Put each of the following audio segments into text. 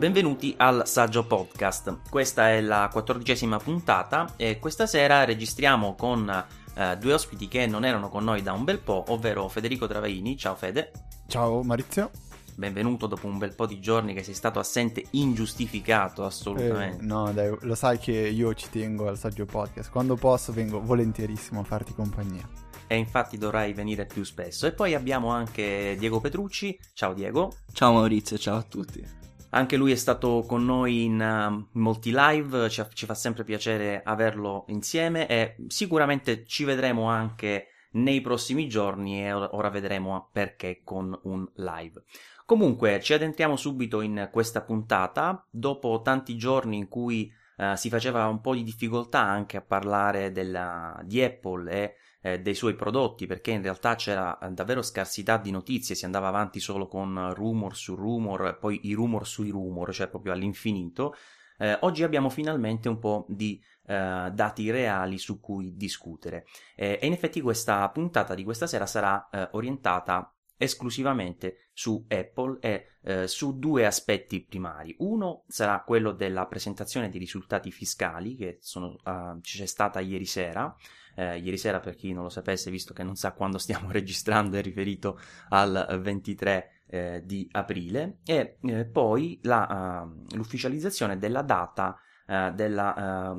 Benvenuti al Saggio Podcast. Questa è la 14ª puntata e questa sera registriamo con due ospiti che non erano con noi da un bel po', ovvero Federico Travaini. Ciao Fede. Ciao Maurizio. Benvenuto dopo un bel po' di giorni che sei stato assente ingiustificato, assolutamente. No dai, lo sai che io ci tengo al Saggio Podcast, quando posso vengo volentierissimo a farti compagnia. E infatti dovrai venire più spesso. E poi abbiamo anche Diego Petrucci. Ciao Diego. Ciao Maurizio, ciao a tutti. Anche lui è stato con noi in molti live, ci fa sempre piacere averlo insieme e sicuramente ci vedremo anche nei prossimi giorni e ora vedremo perché con un live. Comunque ci addentriamo subito in questa puntata, dopo tanti giorni in cui si faceva un po' di difficoltà anche a parlare di Apple e dei suoi prodotti, perché in realtà c'era davvero scarsità di notizie, si andava avanti solo con rumor su rumor, poi i rumor sui rumor, cioè proprio all'infinito. Oggi abbiamo finalmente un po' di dati reali su cui discutere e in effetti questa puntata di questa sera sarà orientata esclusivamente su Apple e su due aspetti primari. Uno sarà quello della presentazione dei risultati fiscali che c'è stata ieri sera. Ieri sera, per chi non lo sapesse, visto che non sa quando stiamo registrando, è riferito al 23 di aprile e poi l'ufficializzazione della data della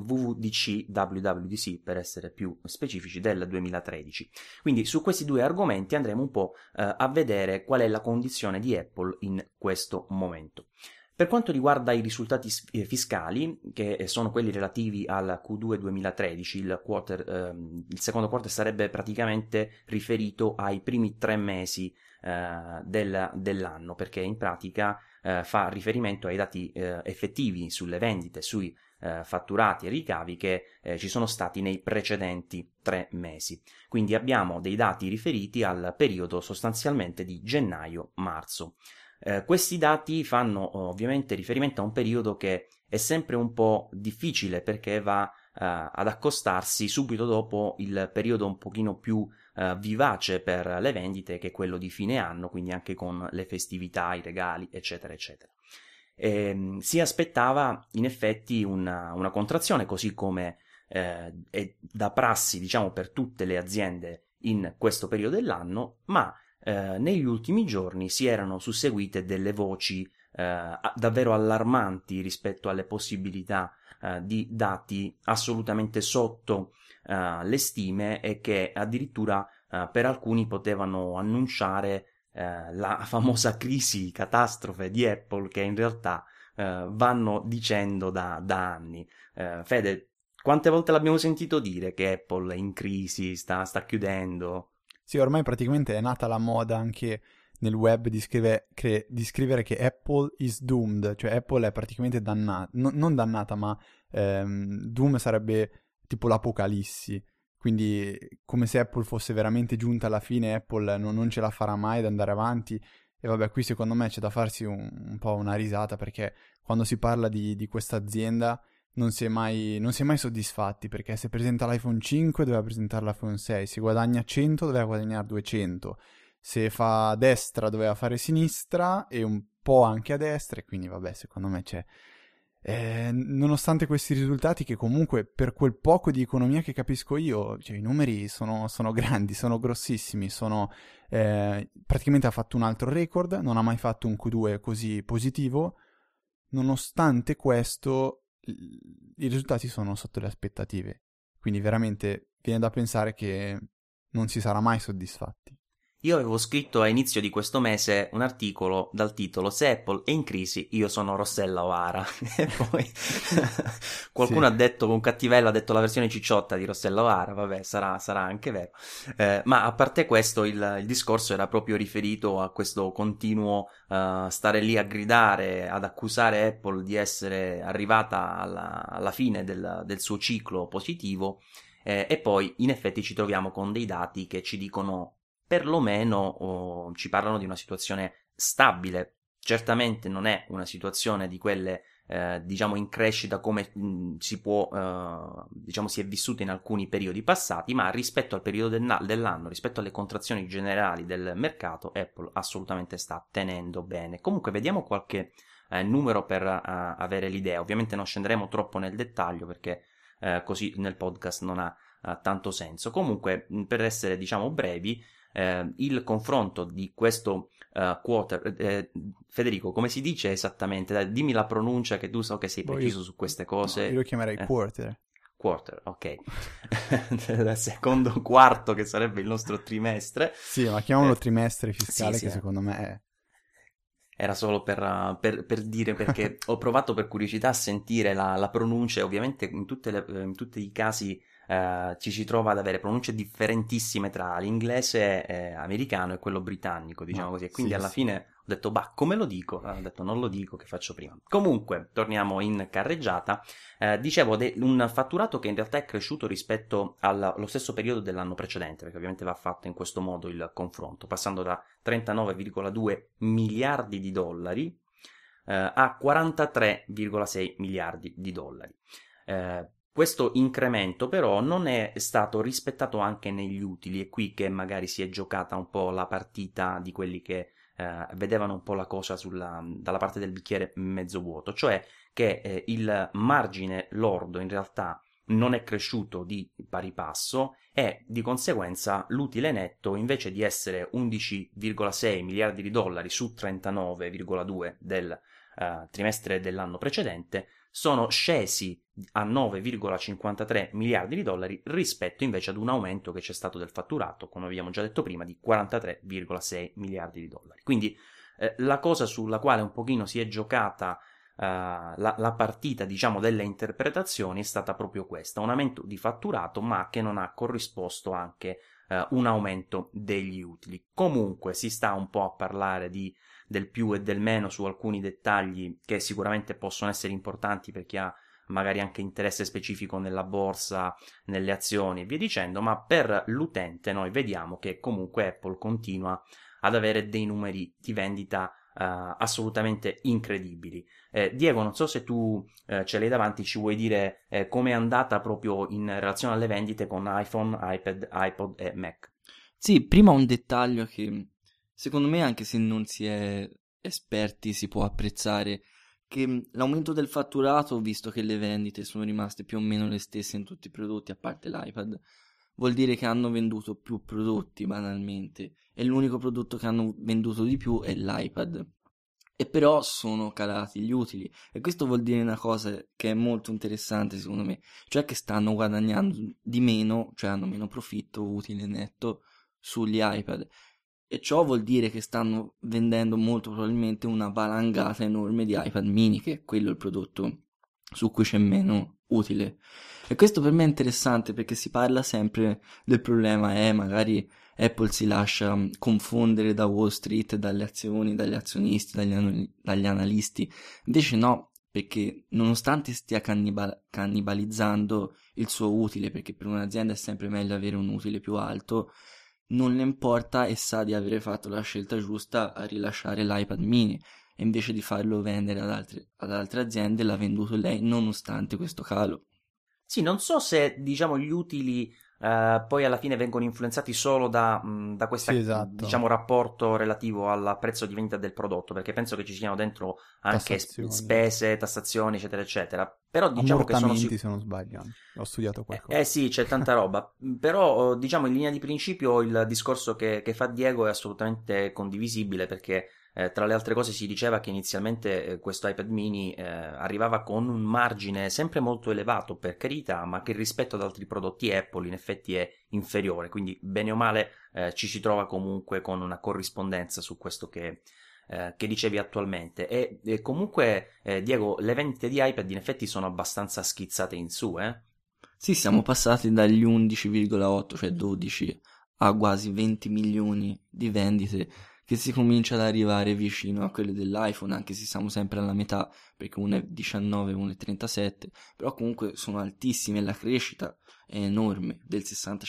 WWDC, per essere più specifici, del 2013. Quindi su questi due argomenti andremo un po' a vedere qual è la condizione di Apple in questo momento. Per quanto riguarda i risultati fiscali, che sono quelli relativi al Q2 2013, il secondo quarter sarebbe praticamente riferito ai primi 3 mesi dell'anno, perché in pratica fa riferimento ai dati effettivi sulle vendite, sui fatturati e ricavi che ci sono stati nei precedenti 3 mesi. Quindi abbiamo dei dati riferiti al periodo sostanzialmente di gennaio-marzo. Questi dati fanno ovviamente riferimento a un periodo che è sempre un po' difficile perché va ad accostarsi subito dopo il periodo un pochino più vivace per le vendite, che è quello di fine anno, quindi anche con le festività, i regali, eccetera, eccetera. Si aspettava in effetti una contrazione, così come è da prassi, diciamo, per tutte le aziende in questo periodo dell'anno, ma negli ultimi giorni si erano susseguite delle voci davvero allarmanti rispetto alle possibilità di dati assolutamente sotto le stime e che addirittura per alcuni potevano annunciare la famosa crisi, catastrofe di Apple che in realtà vanno dicendo da anni. Fede, quante volte l'abbiamo sentito dire che Apple è in crisi, sta chiudendo? Sì, ormai praticamente è nata la moda anche nel web di scrivere che Apple is doomed, cioè Apple è praticamente dannata, non dannata, ma doom sarebbe tipo l'apocalissi, quindi come se Apple fosse veramente giunta alla fine, Apple non ce la farà mai ad andare avanti. E vabbè, qui secondo me c'è da farsi un po' una risata, perché quando si parla di questa azienda non si è mai soddisfatti, perché se presenta l'iPhone 5 doveva presentare l'iPhone 6, se guadagna 100 doveva guadagnare 200, se fa a destra doveva fare sinistra e un po' anche a destra, e quindi vabbè, secondo me c'è... nonostante questi risultati, che comunque per quel poco di economia che capisco io, cioè i numeri sono grandi, sono grossissimi, praticamente ha fatto un altro record, non ha mai fatto un Q2 così positivo. Nonostante questo i risultati sono sotto le aspettative, quindi veramente viene da pensare che non si sarà mai soddisfatti. Io avevo scritto a inizio di questo mese un articolo dal titolo "Se Apple è in crisi, io sono Rossella O'Hara" e poi qualcuno Sì. ha detto con cattivello, ha detto la versione cicciotta di Rossella O'Hara, vabbè, sarà anche vero, ma a parte questo il discorso era proprio riferito a questo continuo stare lì a gridare, ad accusare Apple di essere arrivata alla fine del suo ciclo positivo, e poi in effetti ci troviamo con dei dati che ci dicono, perlomeno ci parlano di una situazione stabile. Certamente non è una situazione di quelle diciamo in crescita come si è vissuta in alcuni periodi passati, ma rispetto al periodo dell'anno, rispetto alle contrazioni generali del mercato, Apple assolutamente sta tenendo bene. Comunque vediamo qualche numero per avere l'idea. Ovviamente non scenderemo troppo nel dettaglio perché così nel podcast non ha tanto senso. Comunque, per essere diciamo brevi, il confronto di questo quarter, Federico, come si dice esattamente? Dai, dimmi la pronuncia, che tu so che sei preciso su queste cose. No, io lo chiamerei quarter. Quarter, ok. Secondo quarto, che sarebbe il nostro trimestre. Sì, ma chiamiamolo trimestre fiscale, sì, che secondo me è... Era solo per dire, perché ho provato per curiosità a sentire la pronuncia, e ovviamente in tutti i casi ci si trova ad avere pronunce differentissime tra l'inglese americano e quello britannico, diciamo così, e quindi alla fine ho detto, bah, come lo dico? Ho detto, non lo dico, che faccio prima. Comunque, torniamo in carreggiata. Dicevo, un fatturato che in realtà è cresciuto rispetto allo stesso periodo dell'anno precedente, perché ovviamente va fatto in questo modo il confronto, passando da 39,2 miliardi di dollari a 43,6 miliardi di dollari. Questo incremento però non è stato rispettato anche negli utili, è qui che magari si è giocata un po' la partita di quelli che vedevano un po' la cosa dalla parte del bicchiere mezzo vuoto, cioè che il margine lordo in realtà non è cresciuto di pari passo e di conseguenza l'utile netto, invece di essere 11,6 miliardi di dollari su 39,2 del trimestre dell'anno precedente, sono scesi a 9,53 miliardi di dollari rispetto invece ad un aumento che c'è stato del fatturato, come abbiamo già detto prima, di 43,6 miliardi di dollari. Quindi la cosa sulla quale un pochino si è giocata la partita, diciamo, delle interpretazioni è stata proprio questa, un aumento di fatturato ma che non ha corrisposto anche un aumento degli utili. Comunque si sta un po' a parlare del più e del meno su alcuni dettagli che sicuramente possono essere importanti per chi ha magari anche interesse specifico nella borsa, nelle azioni e via dicendo, ma per l'utente noi vediamo che comunque Apple continua ad avere dei numeri di vendita assolutamente incredibili. Diego, non so se tu ce l'hai davanti, ci vuoi dire com'è andata proprio in relazione alle vendite con iPhone, iPad, iPod e Mac? Sì, prima un dettaglio che secondo me, anche se non si è esperti, si può apprezzare, che l'aumento del fatturato, visto che le vendite sono rimaste più o meno le stesse in tutti i prodotti, a parte l'iPad, vuol dire che hanno venduto più prodotti banalmente, e l'unico prodotto che hanno venduto di più è l'iPad. E però sono calati gli utili, e questo vuol dire una cosa che è molto interessante secondo me, cioè che stanno guadagnando di meno, cioè hanno meno profitto utile netto sugli iPad, e ciò vuol dire che stanno vendendo molto probabilmente una valangata enorme di iPad mini, che è quello il prodotto su cui c'è meno utile. E questo per me è interessante perché si parla sempre del problema, magari Apple si lascia confondere da Wall Street, dalle azioni, dagli azionisti, dagli analisti. Invece no, perché nonostante stia cannibalizzando il suo utile, perché per un'azienda è sempre meglio avere un utile più alto, non le importa e sa di avere fatto la scelta giusta a rilasciare l'iPad mini, e invece di farlo vendere ad altre aziende l'ha venduto lei nonostante questo calo. Sì, non so se diciamo gli utili poi alla fine vengono influenzati solo da questo Sì, esatto. diciamo rapporto relativo al prezzo di vendita del prodotto, perché penso che ci siano dentro anche Tassazioni. spese, tassazioni, eccetera, eccetera. Però diciamo che sono Ammortamenti, se non sbaglio. Ho studiato qualcosa. sì, c'è tanta roba, però diciamo in linea di principio il discorso che fa Diego è assolutamente condivisibile, perché tra le altre cose si diceva che inizialmente questo iPad mini arrivava con un margine sempre molto elevato, per carità, ma che rispetto ad altri prodotti Apple in effetti è inferiore, quindi bene o male ci si trova comunque con una corrispondenza su questo che dicevi attualmente. E comunque Diego, le vendite di iPad in effetti sono abbastanza schizzate in su, Sì, siamo passati dagli 11,8, cioè 12, a quasi 20 milioni di vendite, che si comincia ad arrivare vicino a quelle dell'iPhone, anche se siamo sempre alla metà, perché uno è 19 e uno è 37, però comunque sono altissime e la crescita è enorme, del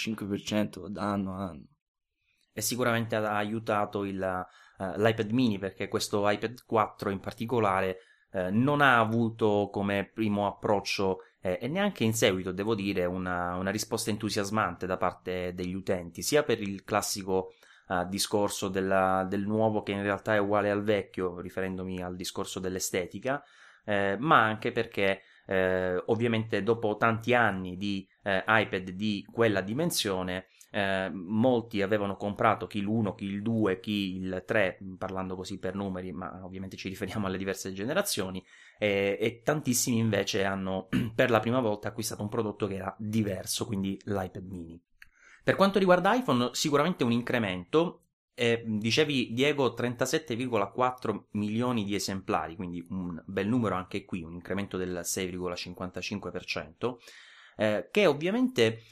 65% da anno a anno. E sicuramente ha aiutato l'iPad mini, perché questo iPad 4 in particolare non ha avuto come primo approccio e neanche in seguito, devo dire, una risposta entusiasmante da parte degli utenti, sia per il classico discorso del nuovo che in realtà è uguale al vecchio, riferendomi al discorso dell'estetica, ma anche perché ovviamente dopo tanti anni di iPad di quella dimensione, molti avevano comprato chi l'1, chi il 2, chi il 3, parlando così per numeri, ma ovviamente ci riferiamo alle diverse generazioni, e tantissimi invece hanno per la prima volta acquistato un prodotto che era diverso, quindi l'iPad mini. Per quanto riguarda iPhone, sicuramente un incremento. Dicevi, Diego, 37,4 milioni di esemplari, quindi un bel numero anche qui, un incremento del 6,55%, che ovviamente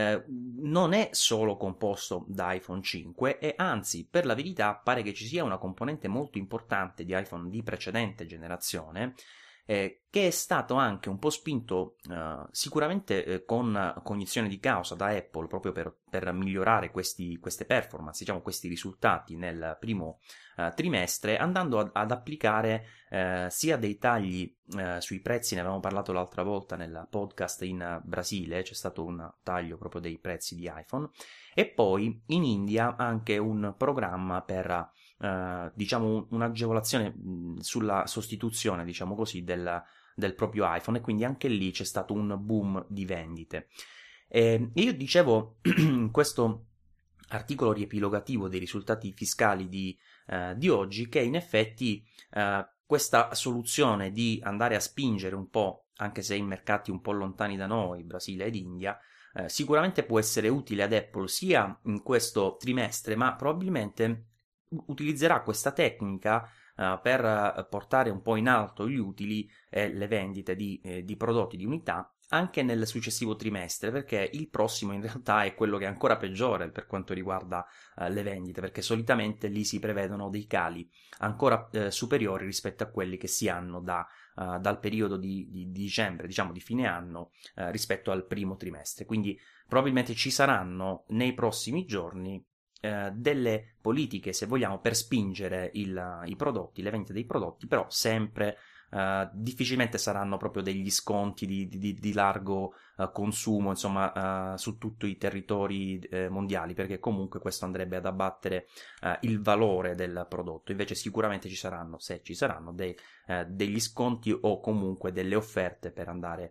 non è solo composto da iPhone 5, e anzi, per la verità, pare che ci sia una componente molto importante di iPhone di precedente generazione, che è stato anche un po' spinto sicuramente con cognizione di causa da Apple, proprio per migliorare queste performance, diciamo questi risultati nel primo trimestre, andando ad applicare sia dei tagli sui prezzi. Ne avevamo parlato l'altra volta nel podcast in Brasile, c'è stato un taglio proprio dei prezzi di iPhone, e poi in India anche un programma per diciamo un'agevolazione sulla sostituzione, diciamo così, del proprio iPhone, e quindi anche lì c'è stato un boom di vendite. E io dicevo in questo articolo riepilogativo dei risultati fiscali di oggi che in effetti questa soluzione di andare a spingere un po', anche se in mercati un po' lontani da noi, Brasile ed India, sicuramente può essere utile ad Apple sia in questo trimestre, ma probabilmente utilizzerà questa tecnica per portare un po' in alto gli utili e le vendite di prodotti, di unità, anche nel successivo trimestre, perché il prossimo in realtà è quello che è ancora peggiore per quanto riguarda le vendite, perché solitamente lì si prevedono dei cali ancora superiori rispetto a quelli che si hanno dal periodo di dicembre, diciamo di fine anno, rispetto al primo trimestre. Quindi probabilmente ci saranno nei prossimi giorni delle politiche, se vogliamo, per spingere i prodotti, le vendite dei prodotti, però sempre difficilmente saranno proprio degli sconti di largo consumo, insomma, su tutti i territori mondiali, perché comunque questo andrebbe ad abbattere il valore del prodotto. Invece sicuramente ci saranno, se ci saranno, degli sconti o comunque delle offerte per andare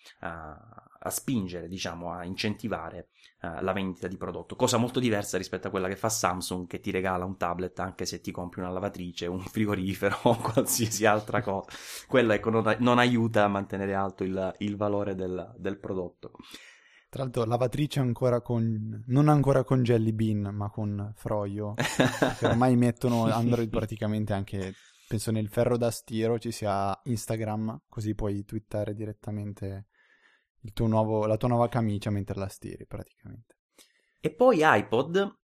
a spingere, diciamo, a incentivare la vendita di prodotto, cosa molto diversa rispetto a quella che fa Samsung, che ti regala un tablet anche se ti compri una lavatrice, un frigorifero o qualsiasi altra cosa. Quello, ecco, non aiuta a mantenere alto il valore del prodotto. Tra l'altro lavatrice ancora non ancora con Jelly Bean, ma con Froyo, che ormai mettono Android praticamente anche, penso nel ferro da stiro ci sia Instagram, così puoi twittare direttamente la tua nuova camicia mentre la stiri praticamente. E poi iPod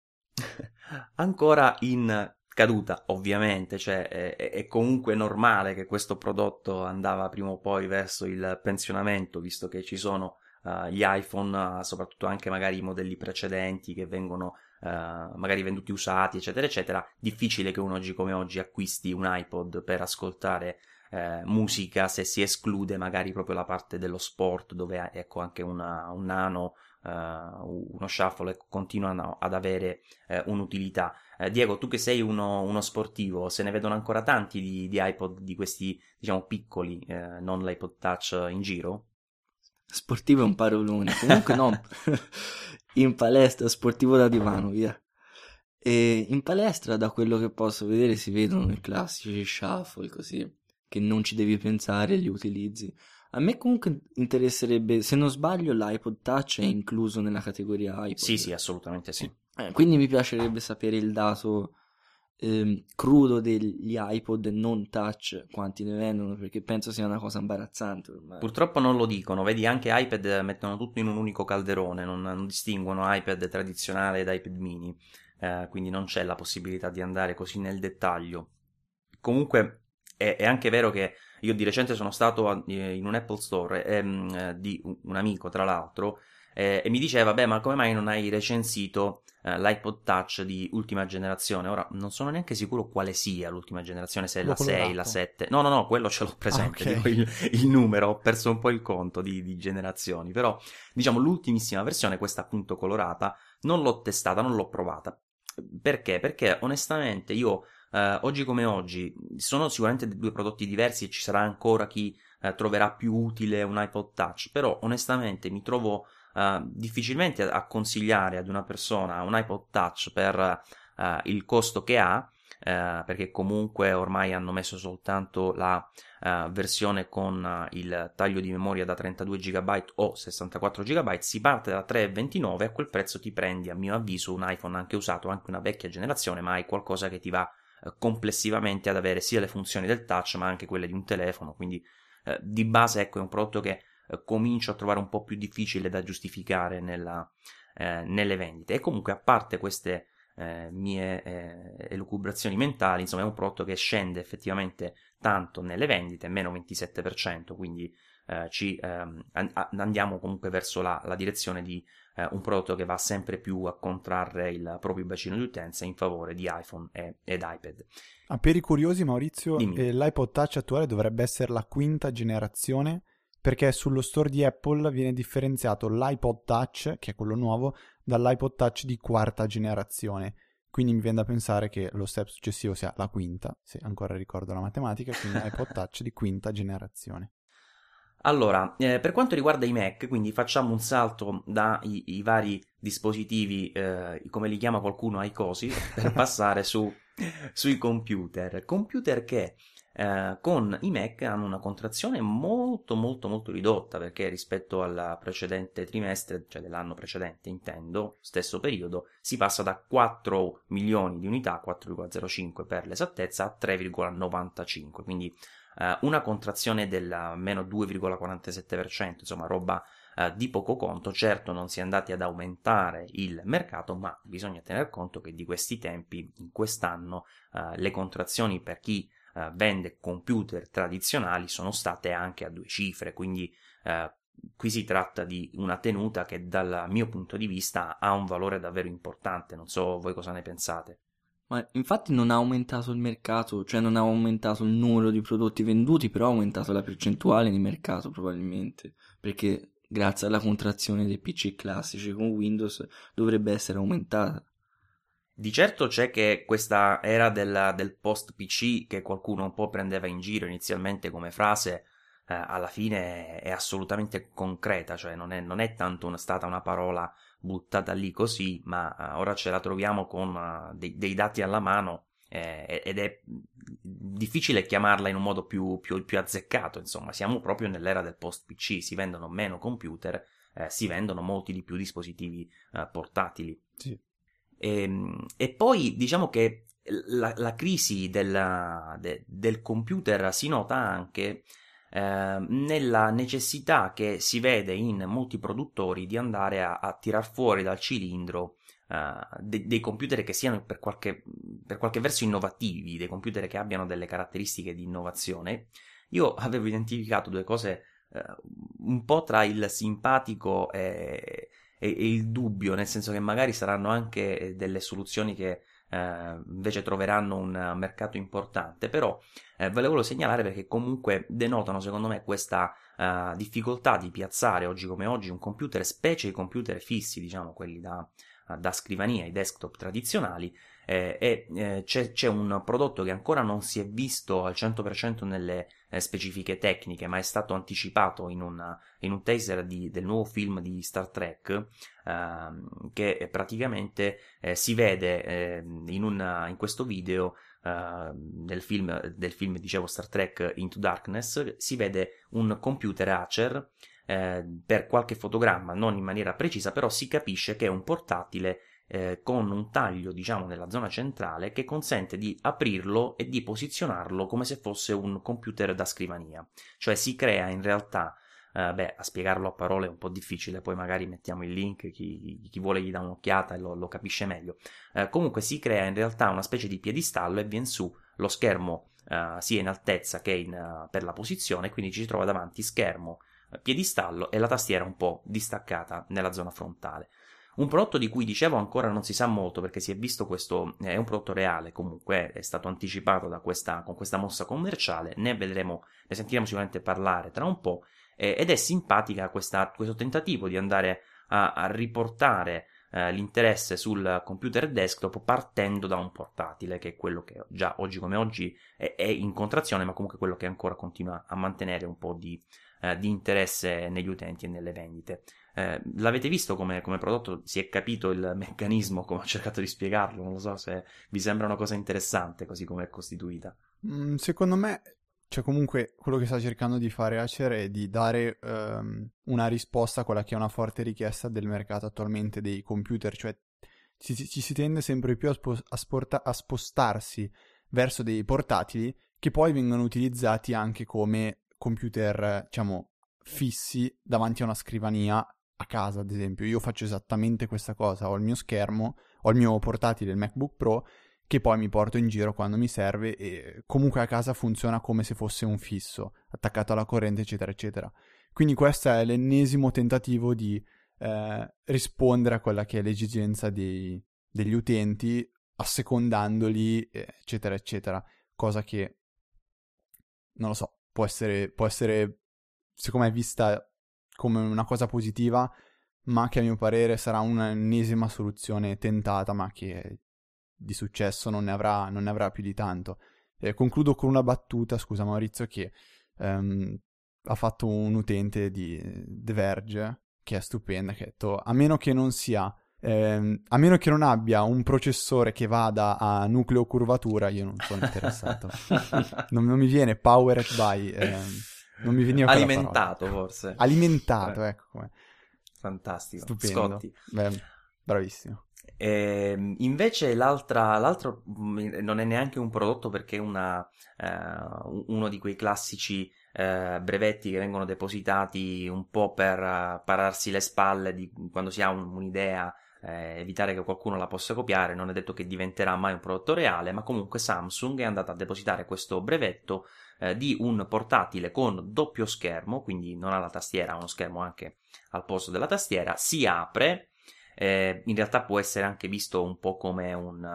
ancora in caduta, ovviamente, cioè è comunque normale che questo prodotto andava prima o poi verso il pensionamento, visto che ci sono gli iPhone, soprattutto anche magari i modelli precedenti che vengono magari venduti usati, eccetera eccetera. Difficile che uno oggi come oggi acquisti un iPod per ascoltare musica, se si esclude magari proprio la parte dello sport, dove ecco anche un nano, uno shuffle, ecco, continuano ad avere un'utilità. Diego, tu che sei uno sportivo, se ne vedono ancora tanti di iPod, di questi, diciamo, piccoli, non l'iPod Touch, in giro? Sportivo è un parolone, comunque no, in palestra, sportivo da divano, via. E in palestra, da quello che posso vedere, si vedono i classici shuffle, così, che non ci devi pensare, li utilizzi. A me comunque interesserebbe, se non sbaglio, l'iPod Touch è incluso nella categoria iPod. Sì, assolutamente sì. Quindi mi piacerebbe sapere il dato crudo degli iPod non touch, quanti ne vendono, perché penso sia una cosa imbarazzante ormai. Purtroppo non lo dicono, vedi, anche iPad mettono tutto in un unico calderone, non distinguono iPad tradizionale da iPad mini, quindi non c'è la possibilità di andare così nel dettaglio. Comunque è anche vero che io di recente sono stato in un Apple Store di un amico, tra l'altro, e mi diceva, beh, ma come mai non hai recensito l'iPod Touch di ultima generazione? Ora, non sono neanche sicuro quale sia l'ultima generazione, se è la 6, la 7. No, quello ce l'ho presente, okay. Dico il numero, ho perso un po' il conto di generazioni, però, diciamo, l'ultimissima versione, questa appunto colorata, non l'ho testata, non l'ho provata. Perché? Perché onestamente io oggi come oggi sono sicuramente due prodotti diversi e ci sarà ancora chi troverà più utile un iPod Touch, però onestamente mi trovo difficilmente a consigliare ad una persona un iPod Touch per il costo che ha, perché comunque ormai hanno messo soltanto la versione con il taglio di memoria da 32 GB o 64 GB, si parte da 3,29, a quel prezzo ti prendi, a mio avviso, un iPhone anche usato, anche una vecchia generazione, ma hai qualcosa che ti va complessivamente ad avere sia le funzioni del touch ma anche quelle di un telefono, quindi di base ecco è un prodotto che comincio a trovare un po' più difficile da giustificare nelle vendite. E comunque, a parte queste mie elucubrazioni mentali, insomma è un prodotto che scende effettivamente tanto nelle vendite, meno 27%, quindi andiamo comunque verso la direzione di un prodotto che va sempre più a contrarre il proprio bacino di utenza in favore di iPhone ed iPad. Per i curiosi, Maurizio, Dimmi. l'iPod Touch attuale dovrebbe essere la quinta generazione, perché sullo store di Apple viene differenziato l'iPod Touch, che è quello nuovo, dall'iPod Touch di quarta generazione. Quindi mi viene da pensare che lo step successivo sia la quinta, se ancora ricordo la matematica, quindi iPod Touch di quinta generazione. Allora, per quanto riguarda i Mac, quindi facciamo un salto dai vari dispositivi, come li chiama qualcuno, ai cosi, per passare sui computer che con i Mac hanno una contrazione molto molto molto ridotta, perché rispetto al precedente trimestre, cioè dell'anno precedente intendo, stesso periodo, si passa da 4 milioni di unità, 4,05 per l'esattezza, a 3,95, quindi una contrazione del meno 2,47%, insomma roba di poco conto. Certo non si è andati ad aumentare il mercato, ma bisogna tener conto che di questi tempi, in quest'anno, le contrazioni per chi vende computer tradizionali sono state anche a 2 cifre, quindi qui si tratta di una tenuta che dal mio punto di vista ha un valore davvero importante. Non so voi cosa ne pensate. Ma infatti non ha aumentato il mercato, cioè non ha aumentato il numero di prodotti venduti, però ha aumentato la percentuale di mercato probabilmente, perché grazie alla contrazione dei PC classici con Windows dovrebbe essere aumentata. Di certo c'è che questa era del post-PC, che qualcuno un po' prendeva in giro inizialmente come frase, alla fine è assolutamente concreta, cioè non è tanto stata una parola buttata lì così, ma ora ce la troviamo con dei dati alla mano, ed è difficile chiamarla in un modo più azzeccato. Insomma, siamo proprio nell'era del post-PC, si vendono meno computer, si vendono molti di più dispositivi portatili. Sì. E poi diciamo che la crisi del computer si nota anche nella necessità che si vede in molti produttori di andare a tirar fuori dal cilindro dei computer che siano per qualche verso innovativi, dei computer che abbiano delle caratteristiche di innovazione. Io avevo identificato due cose un po' tra il simpatico e il dubbio, nel senso che magari saranno anche delle soluzioni che invece troveranno un mercato importante, però ve le volevo segnalare perché comunque denotano secondo me questa difficoltà di piazzare oggi come oggi un computer, specie i computer fissi, diciamo quelli da scrivania, i desktop tradizionali, c'è un prodotto che ancora non si è visto al 100% nelle specifiche tecniche, ma è stato anticipato in un teaser del nuovo film di Star Trek, che praticamente si vede in questo video del film dicevo Star Trek Into Darkness, si vede un computer Acer. Per qualche fotogramma, non in maniera precisa, però si capisce che è un portatile con un taglio, diciamo, nella zona centrale che consente di aprirlo e di posizionarlo come se fosse un computer da scrivania. Cioè si crea in realtà, a spiegarlo a parole è un po' difficile, poi magari mettiamo il link, chi vuole gli dà un'occhiata e lo capisce meglio. Comunque si crea in realtà una specie di piedistallo e viene su lo schermo sia in altezza che per la posizione, quindi ci si trova davanti schermo, piedistallo e la tastiera un po' distaccata nella zona frontale. Un prodotto di cui dicevo ancora non si sa molto, perché si è visto questo, è un prodotto reale comunque, è stato anticipato con questa mossa commerciale, ne sentiremo sicuramente parlare tra un po', ed è simpatica questo tentativo di andare a riportare l'interesse sul computer desktop partendo da un portatile, che è quello che già oggi come oggi è in contrazione, ma comunque quello che ancora continua a mantenere un po' di interesse negli utenti e nelle vendite. L'avete visto come prodotto? Si è capito il meccanismo, come ho cercato di spiegarlo? Non lo so se vi sembra una cosa interessante così come è costituita. Secondo me, cioè comunque quello che sta cercando di fare Acer è di dare una risposta a quella che è una forte richiesta del mercato attualmente dei computer, cioè ci si tende sempre più a spostarsi verso dei portatili che poi vengono utilizzati anche come computer, diciamo, fissi davanti a una scrivania a casa, ad esempio. Io faccio esattamente questa cosa, ho il mio schermo, ho il mio portatile, il MacBook Pro, che poi mi porto in giro quando mi serve e comunque a casa funziona come se fosse un fisso, attaccato alla corrente, eccetera, eccetera. Quindi questo è l'ennesimo tentativo di rispondere a quella che è l'esigenza degli utenti, assecondandoli, eccetera, eccetera. Cosa che, non lo so, può essere, secondo me, vista come una cosa positiva, ma che a mio parere sarà un'ennesima soluzione tentata, ma che di successo non ne avrà più di tanto. Concludo con una battuta, scusa Maurizio, che ha fatto un utente di The Verge, che è stupenda, che ha detto, a meno che non abbia un processore che vada a nucleo curvatura, io non sono interessato. non mi viene powered by... non mi veniva alimentato forse. Alimentato, ecco come. Fantastico. Stupendo. Scotti. Beh, bravissimo. Invece l'altro non è neanche un prodotto, perché è uno di quei classici brevetti che vengono depositati un po' per pararsi le spalle quando si ha un'idea, evitare che qualcuno la possa copiare. Non è detto che diventerà mai un prodotto reale, ma comunque Samsung è andata a depositare questo brevetto di un portatile con doppio schermo, quindi non ha la tastiera, ha uno schermo anche al posto della tastiera, si apre. In realtà può essere anche visto un po' come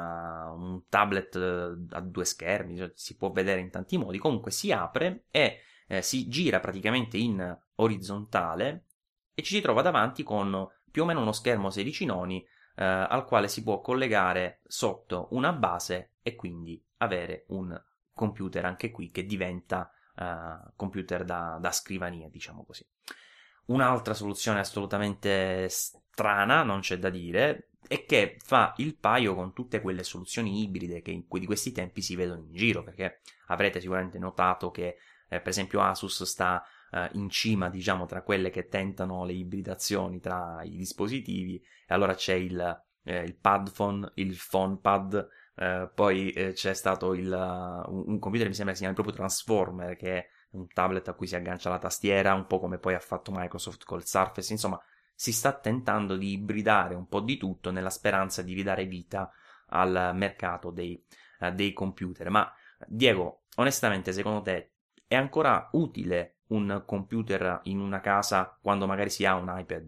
un tablet a due schermi, cioè si può vedere in tanti modi. Comunque si apre e si gira praticamente in orizzontale e ci si trova davanti con più o meno uno schermo 16 noni al quale si può collegare sotto una base e quindi avere un computer anche qui che diventa computer da scrivania, diciamo così. Un'altra soluzione assolutamente strana, non c'è da dire, è che fa il paio con tutte quelle soluzioni ibride che di questi tempi si vedono in giro, perché avrete sicuramente notato che per esempio Asus sta in cima, diciamo, tra quelle che tentano le ibridazioni tra i dispositivi, e allora c'è il pad phone, il phone pad, poi c'è stato un computer, mi sembra che si chiami proprio Transformer, che è un tablet a cui si aggancia la tastiera, un po' come poi ha fatto Microsoft col Surface. Insomma, si sta tentando di ibridare un po' di tutto nella speranza di ridare vita al mercato dei computer. Ma Diego, onestamente, secondo te è ancora utile un computer in una casa quando magari si ha un iPad?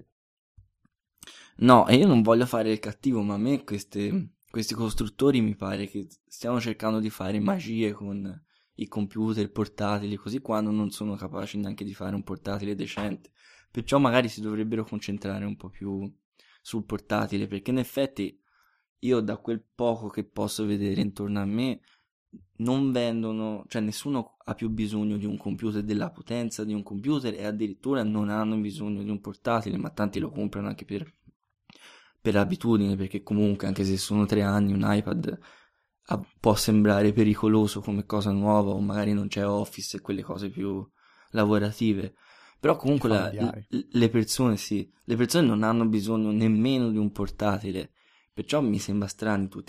No, e io non voglio fare il cattivo, ma a me questi costruttori mi pare che stiano cercando di fare magie con i computer portatili, così, quando non sono capaci neanche di fare un portatile decente. Perciò magari si dovrebbero concentrare un po' più sul portatile, perché in effetti io, da quel poco che posso vedere intorno a me, non vendono, cioè nessuno ha più bisogno di un computer, della potenza di un computer, e addirittura non hanno bisogno di un portatile, ma tanti lo comprano anche per abitudine, perché comunque, anche se sono 3 anni, un iPad può sembrare pericoloso come cosa nuova, o magari non c'è Office e quelle cose più lavorative. Però comunque le persone non hanno bisogno nemmeno di un portatile, perciò mi sembra strani tutti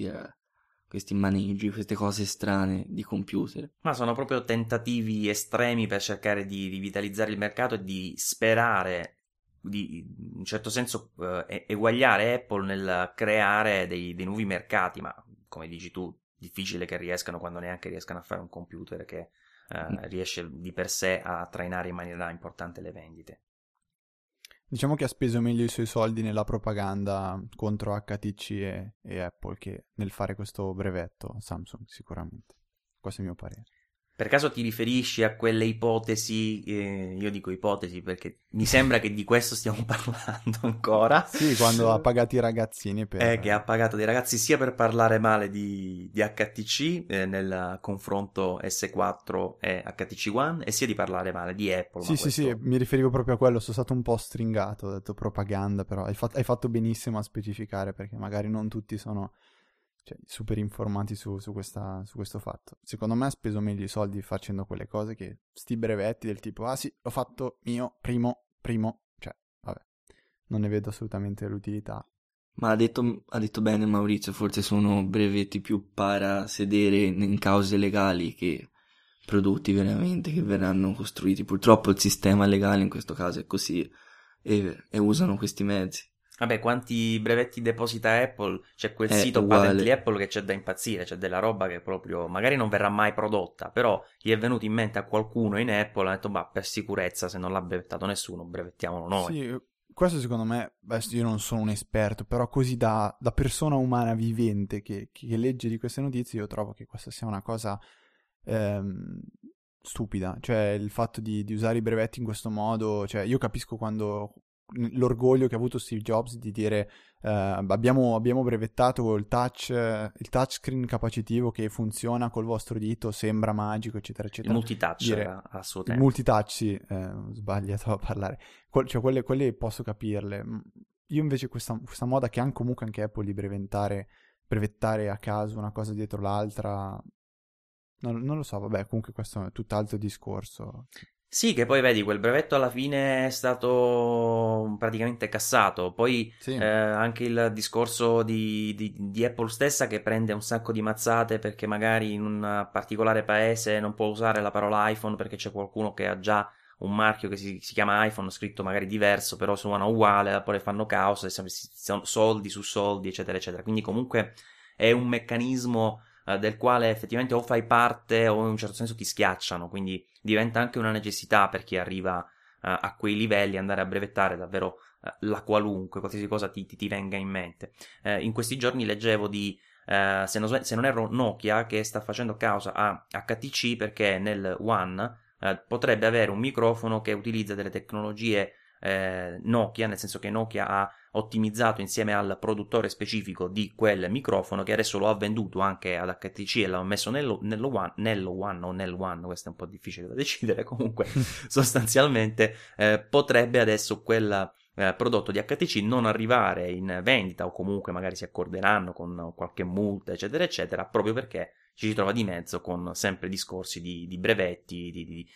questi maneggi, queste cose strane di computer. Ma sono proprio tentativi estremi per cercare di rivitalizzare il mercato e di sperare di, in un certo senso, eguagliare Apple nel creare dei nuovi mercati, ma come dici tu, difficile che riescano quando neanche riescano a fare un computer che riesce di per sé a trainare in maniera importante le vendite. Diciamo che ha speso meglio i suoi soldi nella propaganda contro HTC e Apple che nel fare questo brevetto Samsung, sicuramente. Questo è il mio parere. Per caso ti riferisci a quelle ipotesi, io dico ipotesi perché mi sembra che di questo stiamo parlando ancora, Sì, quando ha pagato i ragazzini che ha per... pagato dei ragazzi sia per parlare male di HTC nel confronto S4 e HTC One, e sia di parlare male di Apple, ma Sì, sì, sì, questo... mi riferivo proprio a quello, sono stato un po' stringato, ho detto propaganda, però hai fatto benissimo a specificare, perché magari non tutti sono, cioè, super informati su questo fatto. Secondo me ha speso meglio i soldi facendo quelle cose che sti brevetti del tipo, ah sì, l'ho fatto io, primo, cioè, vabbè, non ne vedo assolutamente l'utilità. Ma ha detto bene Maurizio, forse sono brevetti più para sedere in cause legali che prodotti veramente che verranno costruiti. Purtroppo il sistema legale in questo caso è così e usano questi mezzi. Vabbè, quanti brevetti deposita Apple? C'è quel È sito Patently uguale. Apple che c'è da impazzire, c'è della roba che proprio magari non verrà mai prodotta, però gli è venuto in mente a qualcuno in Apple, ha detto, bah, per sicurezza, se non l'ha brevettato nessuno, brevettiamolo noi. Sì, questo secondo me, adesso io non sono un esperto, però così da persona umana vivente che legge di queste notizie, io trovo che questa sia una cosa ehm, stupida. Cioè, il fatto di usare i brevetti in questo modo, cioè, io capisco quando l'orgoglio che ha avuto Steve Jobs di dire abbiamo brevettato il touchscreen capacitivo che funziona col vostro dito, sembra magico, eccetera, Il eccetera. multitouch Dire a suo il tempo. multitouch, sì, ho sbagliato a parlare. Cioè, quelle posso capirle. Io invece questa moda che comunque anche Apple di brevettare a caso una cosa dietro l'altra, non lo so, vabbè, comunque questo è tutt'altro discorso. Sì, che poi vedi, quel brevetto alla fine è stato praticamente cassato. Poi Sì, anche il discorso di Apple stessa che prende un sacco di mazzate perché magari in un particolare paese non può usare la parola iPhone perché c'è qualcuno che ha già un marchio che si chiama iPhone, scritto magari diverso, però suona uguale, poi fanno cause, sono soldi su soldi, eccetera, eccetera. Quindi comunque è un meccanismo del quale effettivamente o fai parte o in un certo senso ti schiacciano, quindi diventa anche una necessità per chi arriva a quei livelli andare a brevettare davvero la qualsiasi cosa ti venga in mente. In questi giorni leggevo di se non erro Nokia che sta facendo causa a HTC perché nel One potrebbe avere un microfono che utilizza delle tecnologie Nokia, nel senso che Nokia ha ottimizzato insieme al produttore specifico di quel microfono che adesso lo ha venduto anche ad HTC e l'ha messo nello One, questo è un po' difficile da decidere, comunque sostanzialmente potrebbe adesso quel prodotto di HTC non arrivare in vendita o comunque magari si accorderanno con qualche multa eccetera eccetera proprio perché ci si trova di mezzo con sempre discorsi di brevetti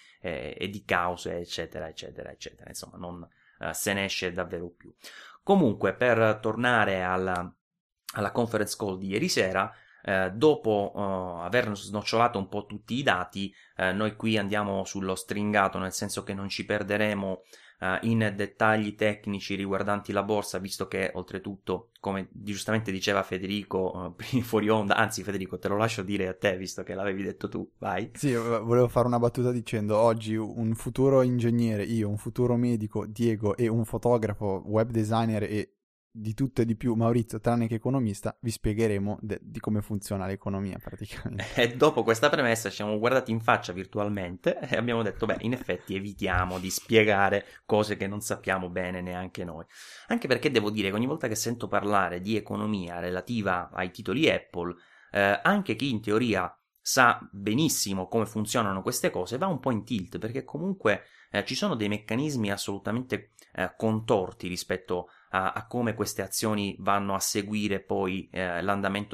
e di cause eccetera eccetera eccetera, insomma non se ne esce davvero più. Comunque, per tornare alla conference call di ieri sera, dopo aver snocciolato un po' tutti i dati, noi qui andiamo sullo stringato, nel senso che non ci perderemo in dettagli tecnici riguardanti la borsa, visto che oltretutto, come giustamente diceva Federico fuori onda, anzi Federico te lo lascio dire a te, visto che l'avevi detto tu, vai. sì, volevo fare una battuta dicendo oggi un futuro ingegnere, io, un futuro medico, Diego, e un fotografo, web designer e di tutto e di più, Maurizio, tranne che economista, vi spiegheremo di come funziona l'economia praticamente. E dopo questa premessa ci siamo guardati in faccia virtualmente e abbiamo detto, beh, in effetti evitiamo di spiegare cose che non sappiamo bene neanche noi. Anche perché devo dire che ogni volta che sento parlare di economia relativa ai titoli Apple, anche chi in teoria sa benissimo come funzionano queste cose va un po' in tilt, perché comunque ci sono dei meccanismi assolutamente contorti rispetto a come queste azioni vanno a seguire poi l'andamento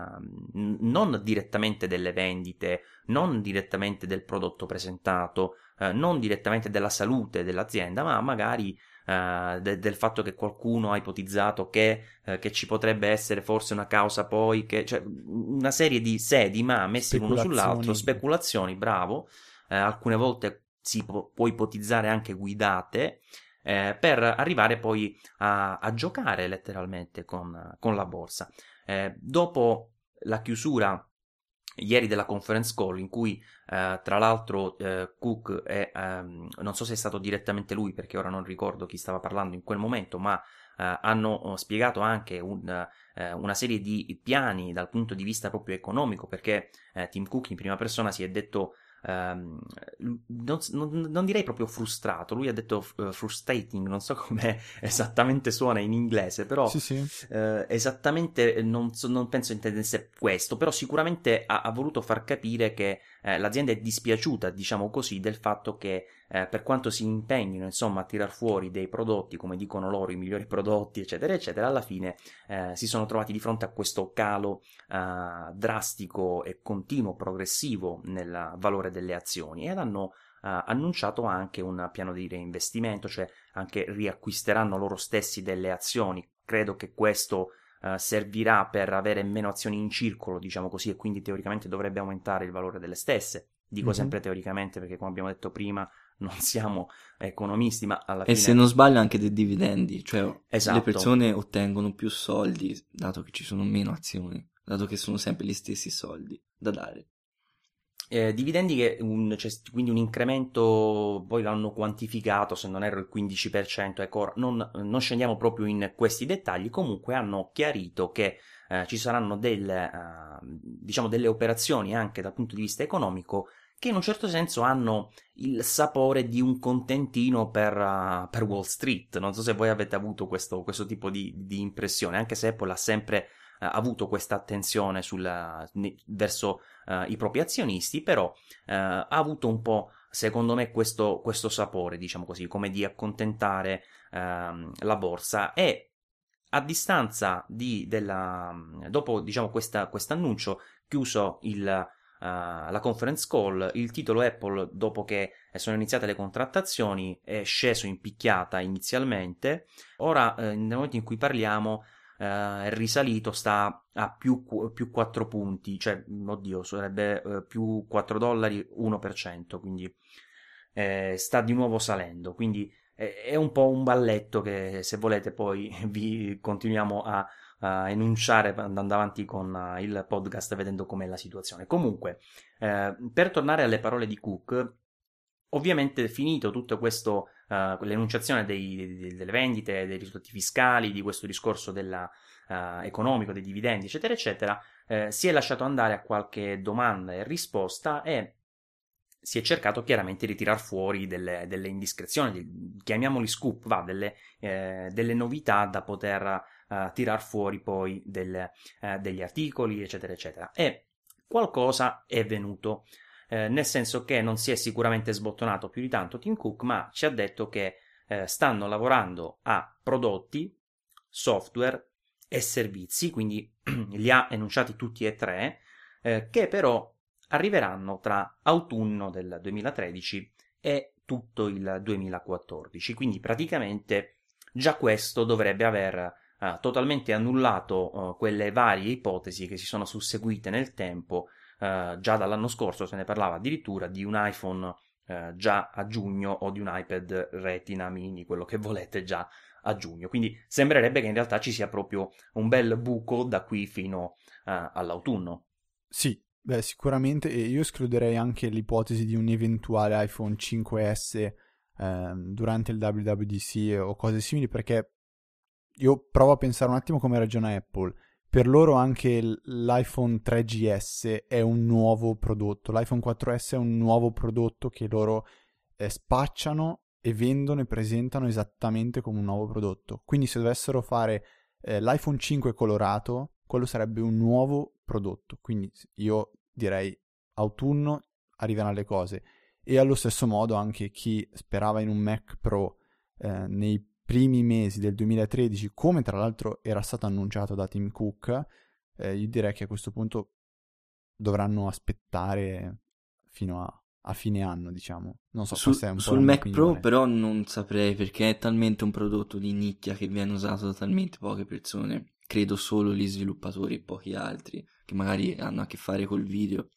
non direttamente delle vendite, non direttamente del prodotto presentato, non direttamente della salute dell'azienda, ma magari del fatto che qualcuno ha ipotizzato che ci potrebbe essere forse una causa poi, cioè una serie di se, di ma messi l'uno sull'altro, Speculazioni. speculazioni, bravo, alcune volte può ipotizzare anche guidate, per arrivare poi a giocare letteralmente con la borsa. Dopo la chiusura ieri della conference call in cui tra l'altro Cook non so se è stato direttamente lui perché ora non ricordo chi stava parlando in quel momento, ma hanno spiegato anche una serie di piani dal punto di vista proprio economico, perché Tim Cook in prima persona si è detto non direi proprio frustrato, lui ha detto frustrating, non so come esattamente suona in inglese, però Sì. esattamente non penso intendesse questo, però sicuramente ha voluto far capire che l'azienda è dispiaciuta, diciamo così, del fatto che per quanto si impegnino insomma a tirar fuori dei prodotti, come dicono loro, i migliori prodotti eccetera eccetera, alla fine si sono trovati di fronte a questo calo drastico e continuo progressivo nel valore delle azioni, ed hanno annunciato anche un piano di reinvestimento, cioè anche riacquisteranno loro stessi delle azioni. Credo che questo servirà per avere meno azioni in circolo, diciamo così, e quindi teoricamente dovrebbe aumentare il valore delle stesse. Dico sempre teoricamente perché, come abbiamo detto prima, non siamo economisti, ma alla E fine... se non sbaglio anche dei dividendi, cioè Esatto. le persone ottengono più soldi dato che ci sono meno azioni, dato che sono sempre gli stessi soldi da dare. Dividendi che c'è quindi un incremento, poi l'hanno quantificato, se non erro il 15%, ecco, non scendiamo proprio in questi dettagli, comunque hanno chiarito che ci saranno diciamo delle operazioni anche dal punto di vista economico che in un certo senso hanno il sapore di un contentino per Wall Street. Non so se voi avete avuto questo tipo di impressione, anche se Apple ha sempre avuto questa attenzione verso i propri azionisti, però ha avuto un po', secondo me, questo sapore, diciamo così, come di accontentare la borsa. E a distanza dopo, diciamo, quest'annuncio, chiuso la conference call, il titolo Apple, dopo che sono iniziate le contrattazioni, è sceso in picchiata inizialmente. Ora, nel momento in cui parliamo, è risalito, sta a più 4 punti, cioè, oddio, sarebbe più $4, 1%, quindi sta di nuovo salendo, quindi è un po' un balletto che, se volete, poi vi continuiamo a enunciare andando avanti con il podcast, vedendo com'è la situazione. Comunque, per tornare alle parole di Cook, ovviamente finito tutto questo, l'enunciazione delle vendite, dei risultati fiscali, di questo discorso economico, dei dividendi, eccetera, eccetera, si è lasciato andare a qualche domanda e risposta, e si è cercato chiaramente di tirar fuori delle indiscrezioni, chiamiamoli scoop, delle novità da poter tirar fuori poi degli articoli, eccetera, eccetera. E qualcosa è venuto, nel senso che non si è sicuramente sbottonato più di tanto Tim Cook, ma ci ha detto che stanno lavorando a prodotti, software e servizi, quindi li ha enunciati tutti e tre, che però arriveranno tra autunno del 2013 e tutto il 2014, quindi praticamente già questo dovrebbe aver totalmente annullato quelle varie ipotesi che si sono susseguite nel tempo. Già dall'anno scorso se ne parlava addirittura di un iPhone già a giugno, o di un iPad Retina mini, quello che volete, già a giugno, quindi sembrerebbe che in realtà ci sia proprio un bel buco da qui fino all'autunno. Sì, beh, sicuramente, e io escluderei anche l'ipotesi di un eventuale iPhone 5S durante il WWDC o cose simili, perché io provo a pensare un attimo come ragiona Apple. Per loro anche l'iPhone 3GS è un nuovo prodotto, l'iPhone 4S è un nuovo prodotto che loro spacciano e vendono e presentano esattamente come un nuovo prodotto. Quindi se dovessero fare l'iPhone 5 colorato, quello sarebbe un nuovo prodotto. Quindi io direi autunno arriveranno le cose. E allo stesso modo anche chi sperava in un Mac Pro nei primi mesi del 2013, come tra l'altro era stato annunciato da Tim Cook, io direi che a questo punto dovranno aspettare fino a fine anno, diciamo. Non so, questa è un po' Sul la mia Mac Pro opinione. però non saprei, perché è talmente un prodotto di nicchia che viene usato da talmente poche persone, credo solo gli sviluppatori e pochi altri che magari hanno a che fare col video,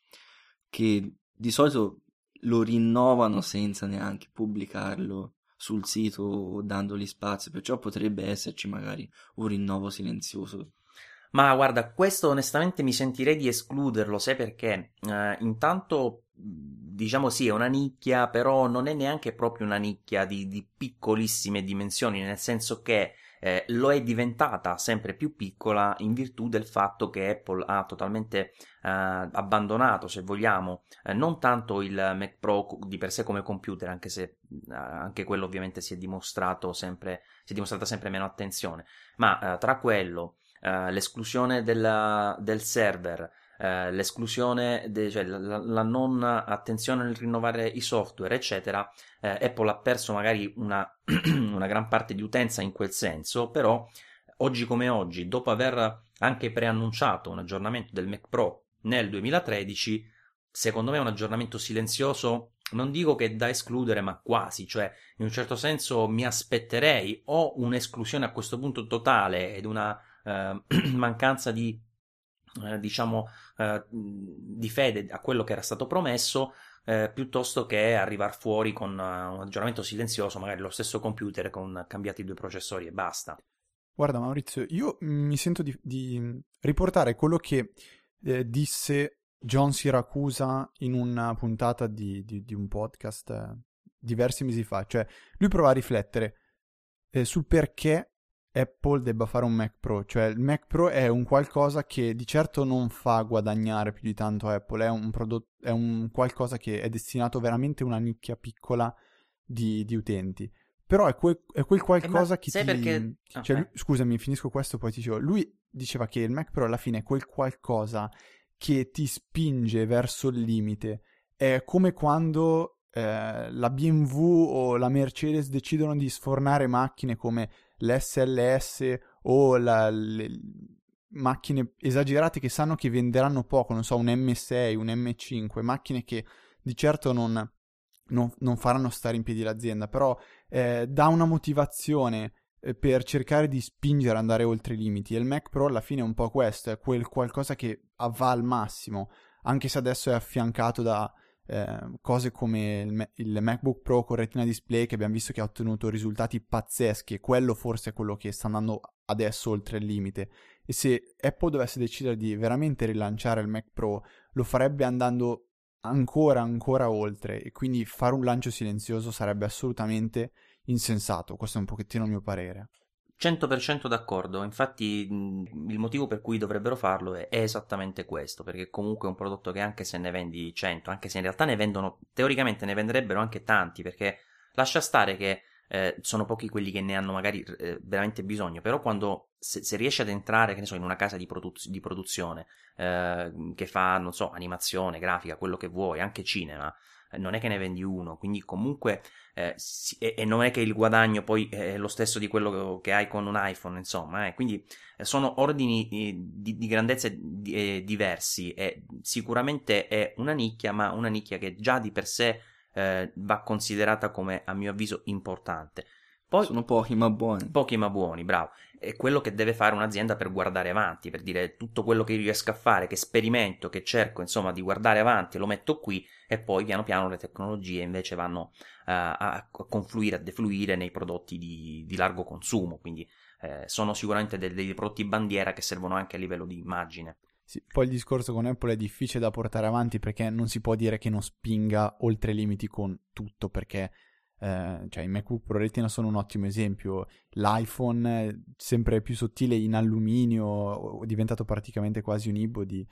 che di solito lo rinnovano senza neanche pubblicarlo sul sito o dandogli spazio, perciò potrebbe esserci magari un rinnovo silenzioso. Ma guarda, questo onestamente mi sentirei di escluderlo, sai perché? Intanto, diciamo sì, è una nicchia, però non è neanche proprio una nicchia di piccolissime dimensioni, nel senso che lo è diventata sempre più piccola in virtù del fatto che Apple ha totalmente abbandonato, se vogliamo, non tanto il Mac Pro di per sé come computer, anche se anche quello ovviamente si è dimostrata sempre meno attenzione, ma tra quello, l'esclusione del server, l'esclusione, cioè la non attenzione nel rinnovare i software, eccetera, Apple ha perso magari una gran parte di utenza in quel senso, però oggi come oggi, dopo aver anche preannunciato un aggiornamento del Mac Pro nel 2013, secondo me è un aggiornamento silenzioso, non dico che è da escludere, ma quasi, cioè in un certo senso mi aspetterei o un'esclusione a questo punto totale ed una mancanza di di fede a quello che era stato promesso, piuttosto che arrivare fuori con un aggiornamento silenzioso, magari lo stesso computer con cambiati 2 processori e basta. Guarda Maurizio, io mi sento di riportare quello che disse John Siracusa in una puntata di un podcast diversi mesi fa. Cioè, lui prova a riflettere sul perché Apple debba fare un Mac Pro. Cioè, il Mac Pro è un qualcosa che di certo non fa guadagnare più di tanto Apple, è un prodotto, è un qualcosa che è destinato veramente a una nicchia piccola di utenti. Però è quel qualcosa che sai ti... perché... Cioè, scusami, finisco questo, poi ti dicevo. Lui diceva che il Mac Pro alla fine è quel qualcosa che ti spinge verso il limite. È come quando la BMW o la Mercedes decidono di sfornare macchine come l'SLS o le macchine esagerate che sanno che venderanno poco, non so, un M6, un M5, macchine che di certo non faranno stare in piedi l'azienda, però dà una motivazione per cercare di spingere ad andare oltre i limiti. E il Mac Pro alla fine è un po' questo, è quel qualcosa che va al massimo, anche se adesso è affiancato da cose come il MacBook Pro con Retina Display, che abbiamo visto che ha ottenuto risultati pazzeschi, e quello forse è quello che sta andando adesso oltre il limite. E se Apple dovesse decidere di veramente rilanciare il Mac Pro, lo farebbe andando ancora oltre, e quindi fare un lancio silenzioso sarebbe assolutamente insensato. Questo è un pochettino il mio parere. 100% d'accordo, infatti il motivo per cui dovrebbero farlo è esattamente questo, perché comunque è un prodotto che anche se ne vendi 100, anche se in realtà ne vendono, teoricamente ne venderebbero anche tanti, perché lascia stare che sono pochi quelli che ne hanno magari veramente bisogno, però quando se riesci ad entrare, che ne so, in una casa di produzione che fa, non so, animazione, grafica, quello che vuoi, anche cinema, non è che ne vendi uno, quindi comunque e non è che il guadagno poi è lo stesso di quello che hai con un iPhone, insomma, quindi sono ordini di grandezze diversi, e sicuramente è una nicchia, ma una nicchia che già di per sé va considerata come, a mio avviso, importante. Poi, sono pochi ma buoni. Pochi ma buoni, bravo. È quello che deve fare un'azienda per guardare avanti, per dire tutto quello che riesco a fare, che sperimento, che cerco, insomma, di guardare avanti, lo metto qui, e poi piano piano le tecnologie invece vanno a confluire, a defluire nei prodotti di largo consumo, quindi sono sicuramente dei prodotti bandiera che servono anche a livello di immagine. Sì, poi il discorso con Apple è difficile da portare avanti, perché non si può dire che non spinga oltre i limiti con tutto, perché cioè i MacBook Pro Retina sono un ottimo esempio. L'iPhone sempre più sottile in alluminio, è diventato praticamente quasi un ibo di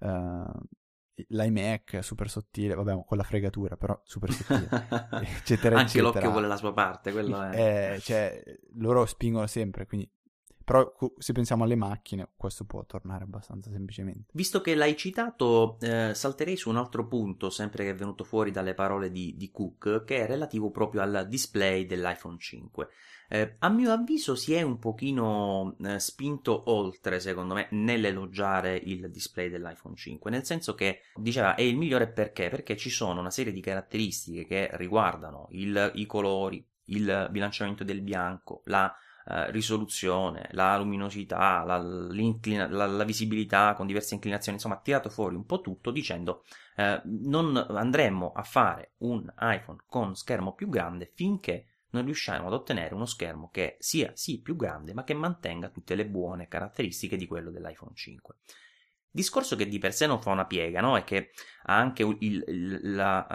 l'iMac super sottile, vabbè, con la fregatura, però super sottile, eccetera Anche eccetera. l'occhio vuole la sua parte, quello è... cioè, loro spingono sempre, quindi... Però se pensiamo alle macchine, questo può tornare abbastanza semplicemente. Visto che l'hai citato, salterei su un altro punto, sempre che è venuto fuori dalle parole di Cook, che è relativo proprio al display dell'iPhone 5. A mio avviso si è un pochino spinto oltre, secondo me, nell'elogiare il display dell'iPhone 5, nel senso che diceva è il migliore perché? Perché ci sono una serie di caratteristiche che riguardano i colori, il bilanciamento del bianco, la risoluzione, la luminosità, la visibilità con diverse inclinazioni, insomma ha tirato fuori un po' tutto dicendo non andremmo a fare un iPhone con schermo più grande finché non riusciamo ad ottenere uno schermo che sia sì più grande ma che mantenga tutte le buone caratteristiche di quello dell'iPhone 5. Discorso che di per sé non fa una piega, no? E che ha anche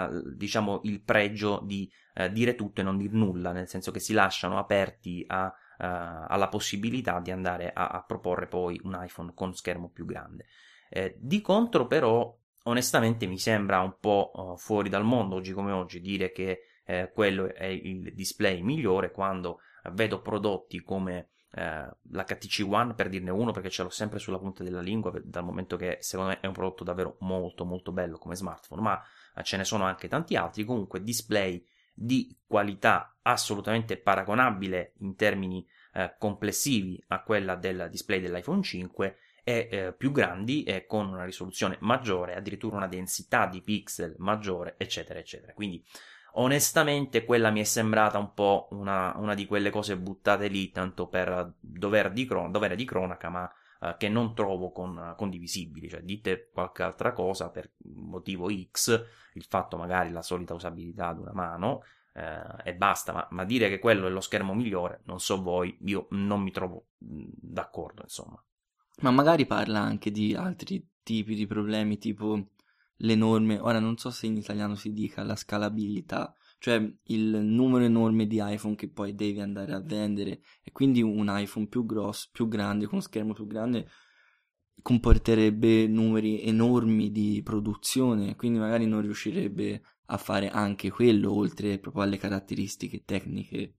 diciamo il pregio di dire tutto e non dir nulla, nel senso che si lasciano aperti a alla possibilità di andare a proporre poi un iPhone con schermo più grande. Di contro però onestamente mi sembra un po' fuori dal mondo oggi come oggi dire che quello è il display migliore quando vedo prodotti come l'HTC One, per dirne uno, perché ce l'ho sempre sulla punta della lingua, dal momento che secondo me è un prodotto davvero molto molto bello come smartphone, ma ce ne sono anche tanti altri. Comunque display di qualità assolutamente paragonabile in termini complessivi a quella del display dell'iPhone 5 e più grandi e con una risoluzione maggiore, addirittura una densità di pixel maggiore, eccetera eccetera. Quindi onestamente quella mi è sembrata un po' una di quelle cose buttate lì tanto per dovere di cronaca, ma che non trovo condivisibili. Cioè dite qualche altra cosa per motivo X, il fatto magari la solita usabilità di una mano, e basta, ma dire che quello è lo schermo migliore, non so voi, io non mi trovo d'accordo, insomma. Ma magari parla anche di altri tipi di problemi, tipo l'enorme, ora non so se in italiano si dica la scalabilità, cioè il numero enorme di iPhone che poi devi andare a vendere, e quindi un iPhone più grosso, più grande, con uno schermo più grande, comporterebbe numeri enormi di produzione, quindi magari non riuscirebbe a fare anche quello, oltre proprio alle caratteristiche tecniche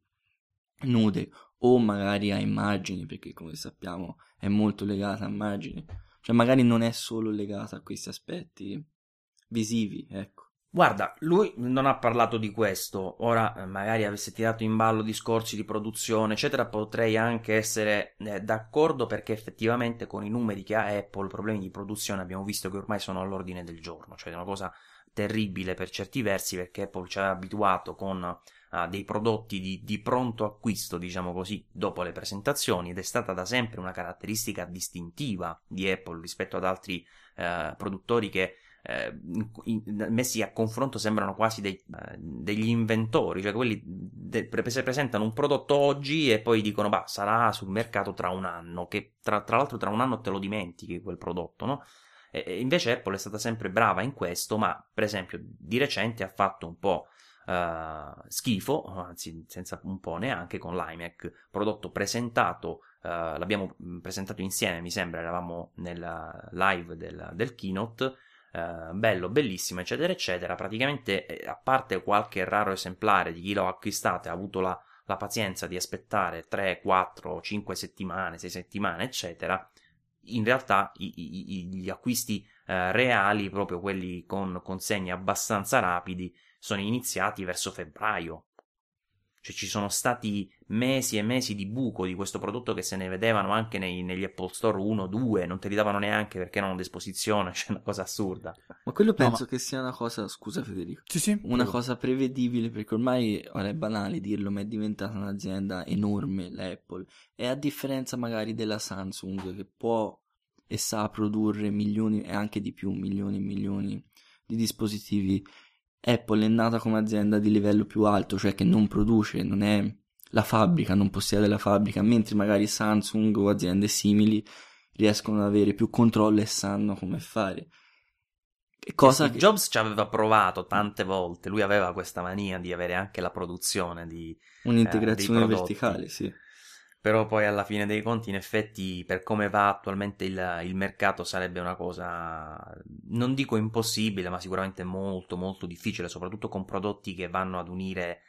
nude, o magari a immagini, perché come sappiamo è molto legata a immagini, cioè magari non è solo legata a questi aspetti visivi, ecco. Guarda, lui non ha parlato di questo, ora magari avesse tirato in ballo discorsi di produzione, eccetera, potrei anche essere d'accordo, perché effettivamente con i numeri che ha Apple, problemi di produzione abbiamo visto che ormai sono all'ordine del giorno, cioè è una cosa terribile per certi versi, perché Apple ci aveva abituato con dei prodotti di pronto acquisto, diciamo così, dopo le presentazioni, ed è stata da sempre una caratteristica distintiva di Apple rispetto ad altri produttori che messi a confronto sembrano quasi degli inventori, cioè quelli se presentano un prodotto oggi e poi dicono bah, sarà sul mercato tra un anno, che tra l'altro tra un anno te lo dimentichi quel prodotto, no? E invece Apple è stata sempre brava in questo, ma per esempio di recente ha fatto un po' schifo, anzi senza un po' neanche, con l'iMac, prodotto presentato, l'abbiamo presentato insieme, mi sembra, eravamo nel live del keynote, bello, bellissimo, eccetera eccetera. Praticamente a parte qualche raro esemplare di chi l'ha acquistato e ha avuto la pazienza di aspettare 3, 4, 5 settimane, 6 settimane, eccetera, in realtà gli acquisti reali, proprio quelli con consegni abbastanza rapidi, sono iniziati verso febbraio. Cioè ci sono stati mesi e mesi di buco di questo prodotto che se ne vedevano anche negli Apple Store 1, 2, non te li davano neanche perché erano a disposizione, cioè una cosa assurda. Ma quello penso ma- che sia una cosa, scusa Federico, Sì, una prego. cosa prevedibile, perché ormai, ora è banale dirlo, ma è diventata un'azienda enorme l'Apple, e a differenza magari della Samsung, che può e sa produrre milioni e anche di più, milioni e milioni di dispositivi, Apple è nata come azienda di livello più alto, cioè che non produce, non è la fabbrica, non possiede la fabbrica, mentre magari Samsung o aziende simili riescono ad avere più controllo e sanno come fare. Cosa Steve che... Jobs ci aveva provato tante volte, lui aveva questa mania di avere anche la produzione dei Un'integrazione prodotti, verticale, sì. però poi alla fine dei conti in effetti per come va attualmente il mercato sarebbe una cosa, non dico impossibile, ma sicuramente molto molto difficile, soprattutto con prodotti che vanno ad unire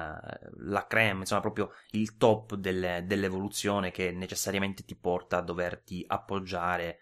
la crème, insomma proprio il top dell'evoluzione, che necessariamente ti porta a doverti appoggiare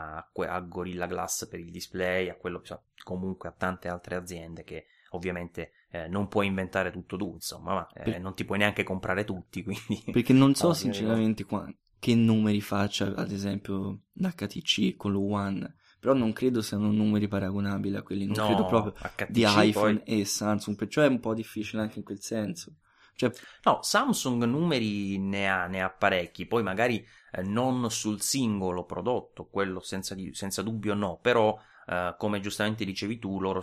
a Gorilla Glass per il display, a quello, comunque a tante altre aziende che ovviamente non puoi inventare tutto tu, insomma, ma non ti puoi neanche comprare tutti, quindi Perché non so alla fine dei conti. sinceramente che numeri faccia, ad esempio, l'HTC con lo One, però non credo siano numeri paragonabili a quelli, non credo proprio No, di HTC iPhone poi. e Samsung, perciò è un po' difficile anche in quel senso. Cioè, No, Samsung numeri ne ha parecchi, poi magari non sul singolo prodotto, quello senza dubbio no, però come giustamente dicevi tu, loro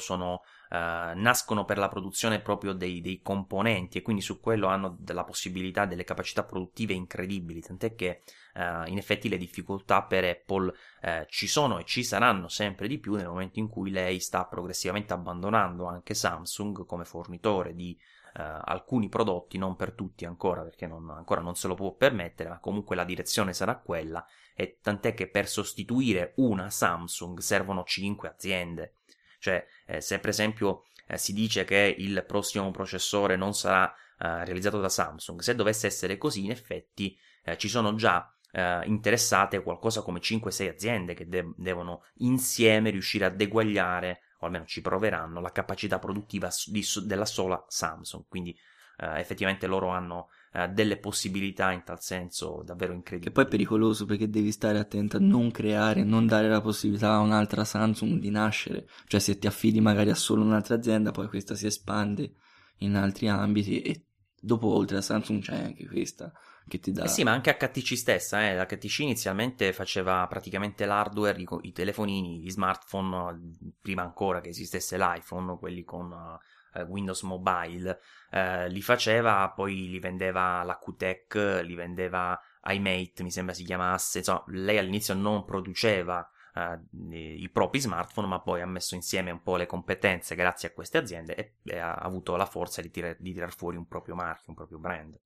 nascono per la produzione proprio dei componenti, e quindi su quello hanno della possibilità, delle capacità produttive incredibili, tant'è che in effetti le difficoltà per Apple ci sono e ci saranno sempre di più nel momento in cui lei sta progressivamente abbandonando anche Samsung come fornitore di alcuni prodotti, non per tutti ancora, perché ancora non se lo può permettere, ma comunque la direzione sarà quella, e tant'è che per sostituire una Samsung servono 5 aziende. Cioè, se per esempio si dice che il prossimo processore non sarà realizzato da Samsung, se dovesse essere così, in effetti ci sono già interessate qualcosa come 5-6 aziende che devono insieme riuscire ad eguagliare, o almeno ci proveranno, la capacità produttiva della sola Samsung. Quindi effettivamente loro hanno delle possibilità in tal senso davvero incredibili. Che poi è pericoloso, perché devi stare attento a non creare, non dare la possibilità a un'altra Samsung di nascere. Cioè, se ti affidi magari a solo un'altra azienda, poi questa si espande in altri ambiti, e dopo oltre a Samsung c'è anche questa che ti dà... sì, ma anche HTC stessa, l'HTC inizialmente faceva praticamente l'hardware, i telefonini, gli smartphone, prima ancora che esistesse l'iPhone, quelli con Windows Mobile, li faceva, poi li vendeva la QTech, li vendeva iMate, mi sembra si chiamasse, insomma, lei all'inizio non produceva i propri smartphone, ma poi ha messo insieme un po' le competenze grazie a queste aziende e ha avuto la forza di tirar fuori un proprio marchio, un proprio brand.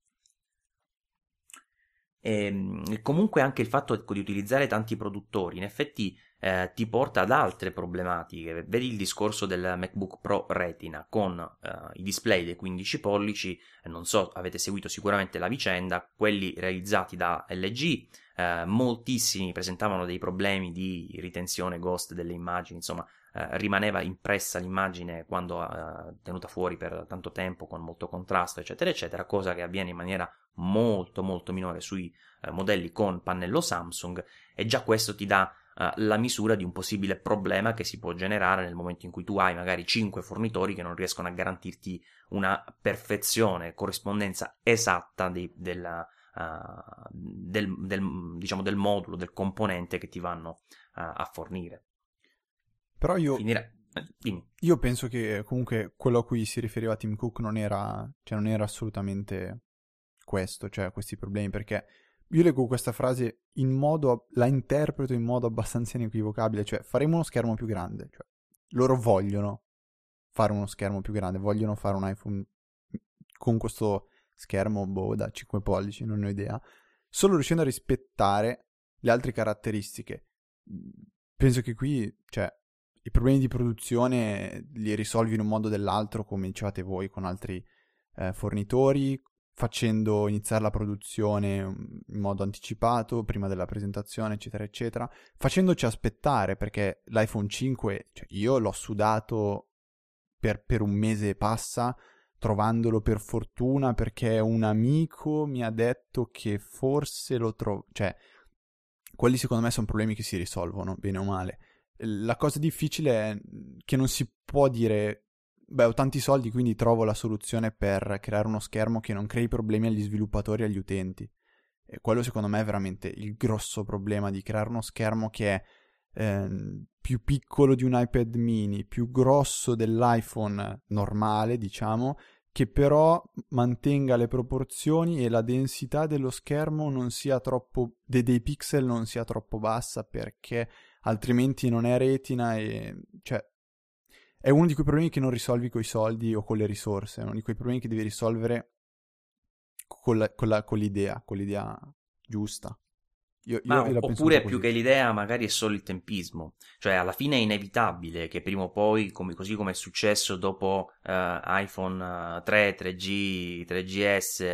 E comunque anche il fatto di utilizzare tanti produttori in effetti ti porta ad altre problematiche. Vedi il discorso del MacBook Pro Retina con i display dei 15 pollici, non so, avete seguito sicuramente la vicenda, quelli realizzati da LG, moltissimi presentavano dei problemi di ritenzione ghost delle immagini, insomma rimaneva impressa l'immagine quando tenuta fuori per tanto tempo con molto contrasto, eccetera eccetera, cosa che avviene in maniera molto molto minore sui modelli con pannello Samsung, e già questo ti dà la misura di un possibile problema che si può generare nel momento in cui tu hai magari 5 fornitori che non riescono a garantirti una perfezione, corrispondenza esatta del diciamo del modulo, del componente che ti vanno a fornire. Però dimmi. Io penso che comunque quello a cui si riferiva Tim Cook non era assolutamente questo, cioè questi problemi, perché io leggo questa frase la interpreto in modo abbastanza inequivocabile, cioè faremo uno schermo più grande, cioè loro vogliono fare uno schermo più grande, vogliono fare un iPhone con questo schermo da 5 pollici, non ho idea, solo riuscendo a rispettare le altre caratteristiche. Penso che qui, cioè, i problemi di produzione li risolvi in un modo o dell'altro, come dicevate voi, con altri fornitori, facendo iniziare la produzione in modo anticipato, prima della presentazione, eccetera, eccetera, facendoci aspettare, perché l'iPhone 5, cioè, io l'ho sudato per un mese e passa, trovandolo per fortuna, perché un amico mi ha detto che forse lo trovo, cioè, quelli secondo me sono problemi che si risolvono, bene o male. La cosa difficile è che non si può dire, beh, ho tanti soldi, quindi trovo la soluzione per creare uno schermo che non crei problemi agli sviluppatori e agli utenti. E quello secondo me è veramente il grosso problema, di creare uno schermo che è più piccolo di un iPad mini, più grosso dell'iPhone normale, diciamo, che però mantenga le proporzioni e la densità dello schermo non sia troppo, dei pixel non sia troppo bassa, perché altrimenti non è retina, e cioè è uno di quei problemi che non risolvi coi soldi o con le risorse, è uno di quei problemi che devi risolvere con l'idea giusta. Io la penso Oppure un po' più così. che l'idea magari è solo il tempismo, cioè alla fine è inevitabile che prima o poi, così come è successo dopo iPhone 3, 3G, 3GS,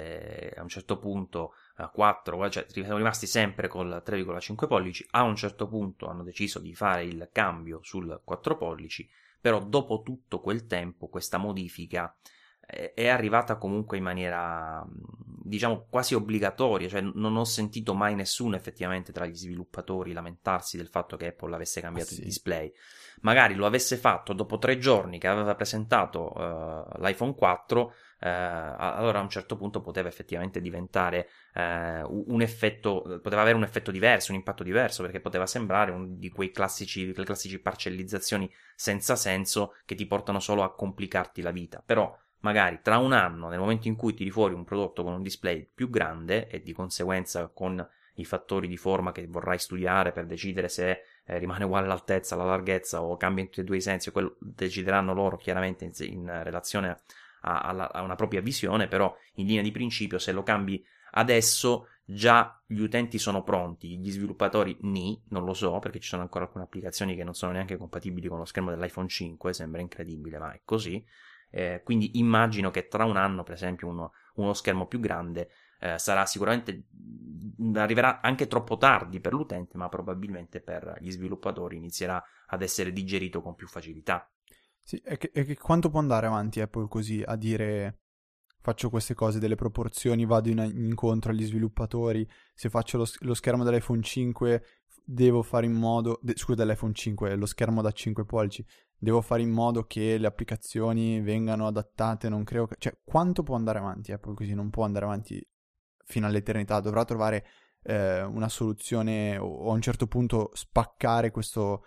a un certo punto 4, cioè siamo rimasti sempre col 3,5 pollici, a un certo punto hanno deciso di fare il cambio sul 4 pollici, però dopo tutto quel tempo questa modifica è arrivata comunque in maniera, diciamo, quasi obbligatoria, cioè non ho sentito mai nessuno effettivamente tra gli sviluppatori lamentarsi del fatto che Apple avesse cambiato il display. Magari lo avesse fatto dopo 3 giorni che aveva presentato l'iPhone 4, allora a un certo punto poteva effettivamente diventare un effetto, poteva avere un effetto diverso, un impatto diverso, perché poteva sembrare uno di quelle classici parcellizzazioni senza senso che ti portano solo a complicarti la vita. Però magari tra un anno, nel momento in cui tiri fuori un prodotto con un display più grande e di conseguenza con i fattori di forma che vorrai studiare per decidere se rimane uguale l'altezza, la larghezza o cambia in tutti e due i sensi, quello decideranno loro chiaramente in relazione a una propria visione, però in linea di principio se lo cambi adesso già gli utenti sono pronti, gli sviluppatori non lo so, perché ci sono ancora alcune applicazioni che non sono neanche compatibili con lo schermo dell'iPhone 5, sembra incredibile ma è così, quindi immagino che tra un anno per esempio uno schermo più grande sarà sicuramente, arriverà anche troppo tardi per l'utente, ma probabilmente per gli sviluppatori inizierà ad essere digerito con più facilità. Sì, è che quanto può andare avanti Apple così a dire faccio queste cose delle proporzioni, vado incontro agli sviluppatori, se faccio lo schermo dell'iPhone 5 devo fare in modo, scusa, dell'iPhone 5, lo schermo da 5 pollici, devo fare in modo che le applicazioni vengano adattate, non creo cioè quanto può andare avanti Apple così? Non può andare avanti fino all'eternità, dovrà trovare una soluzione o a un certo punto spaccare questo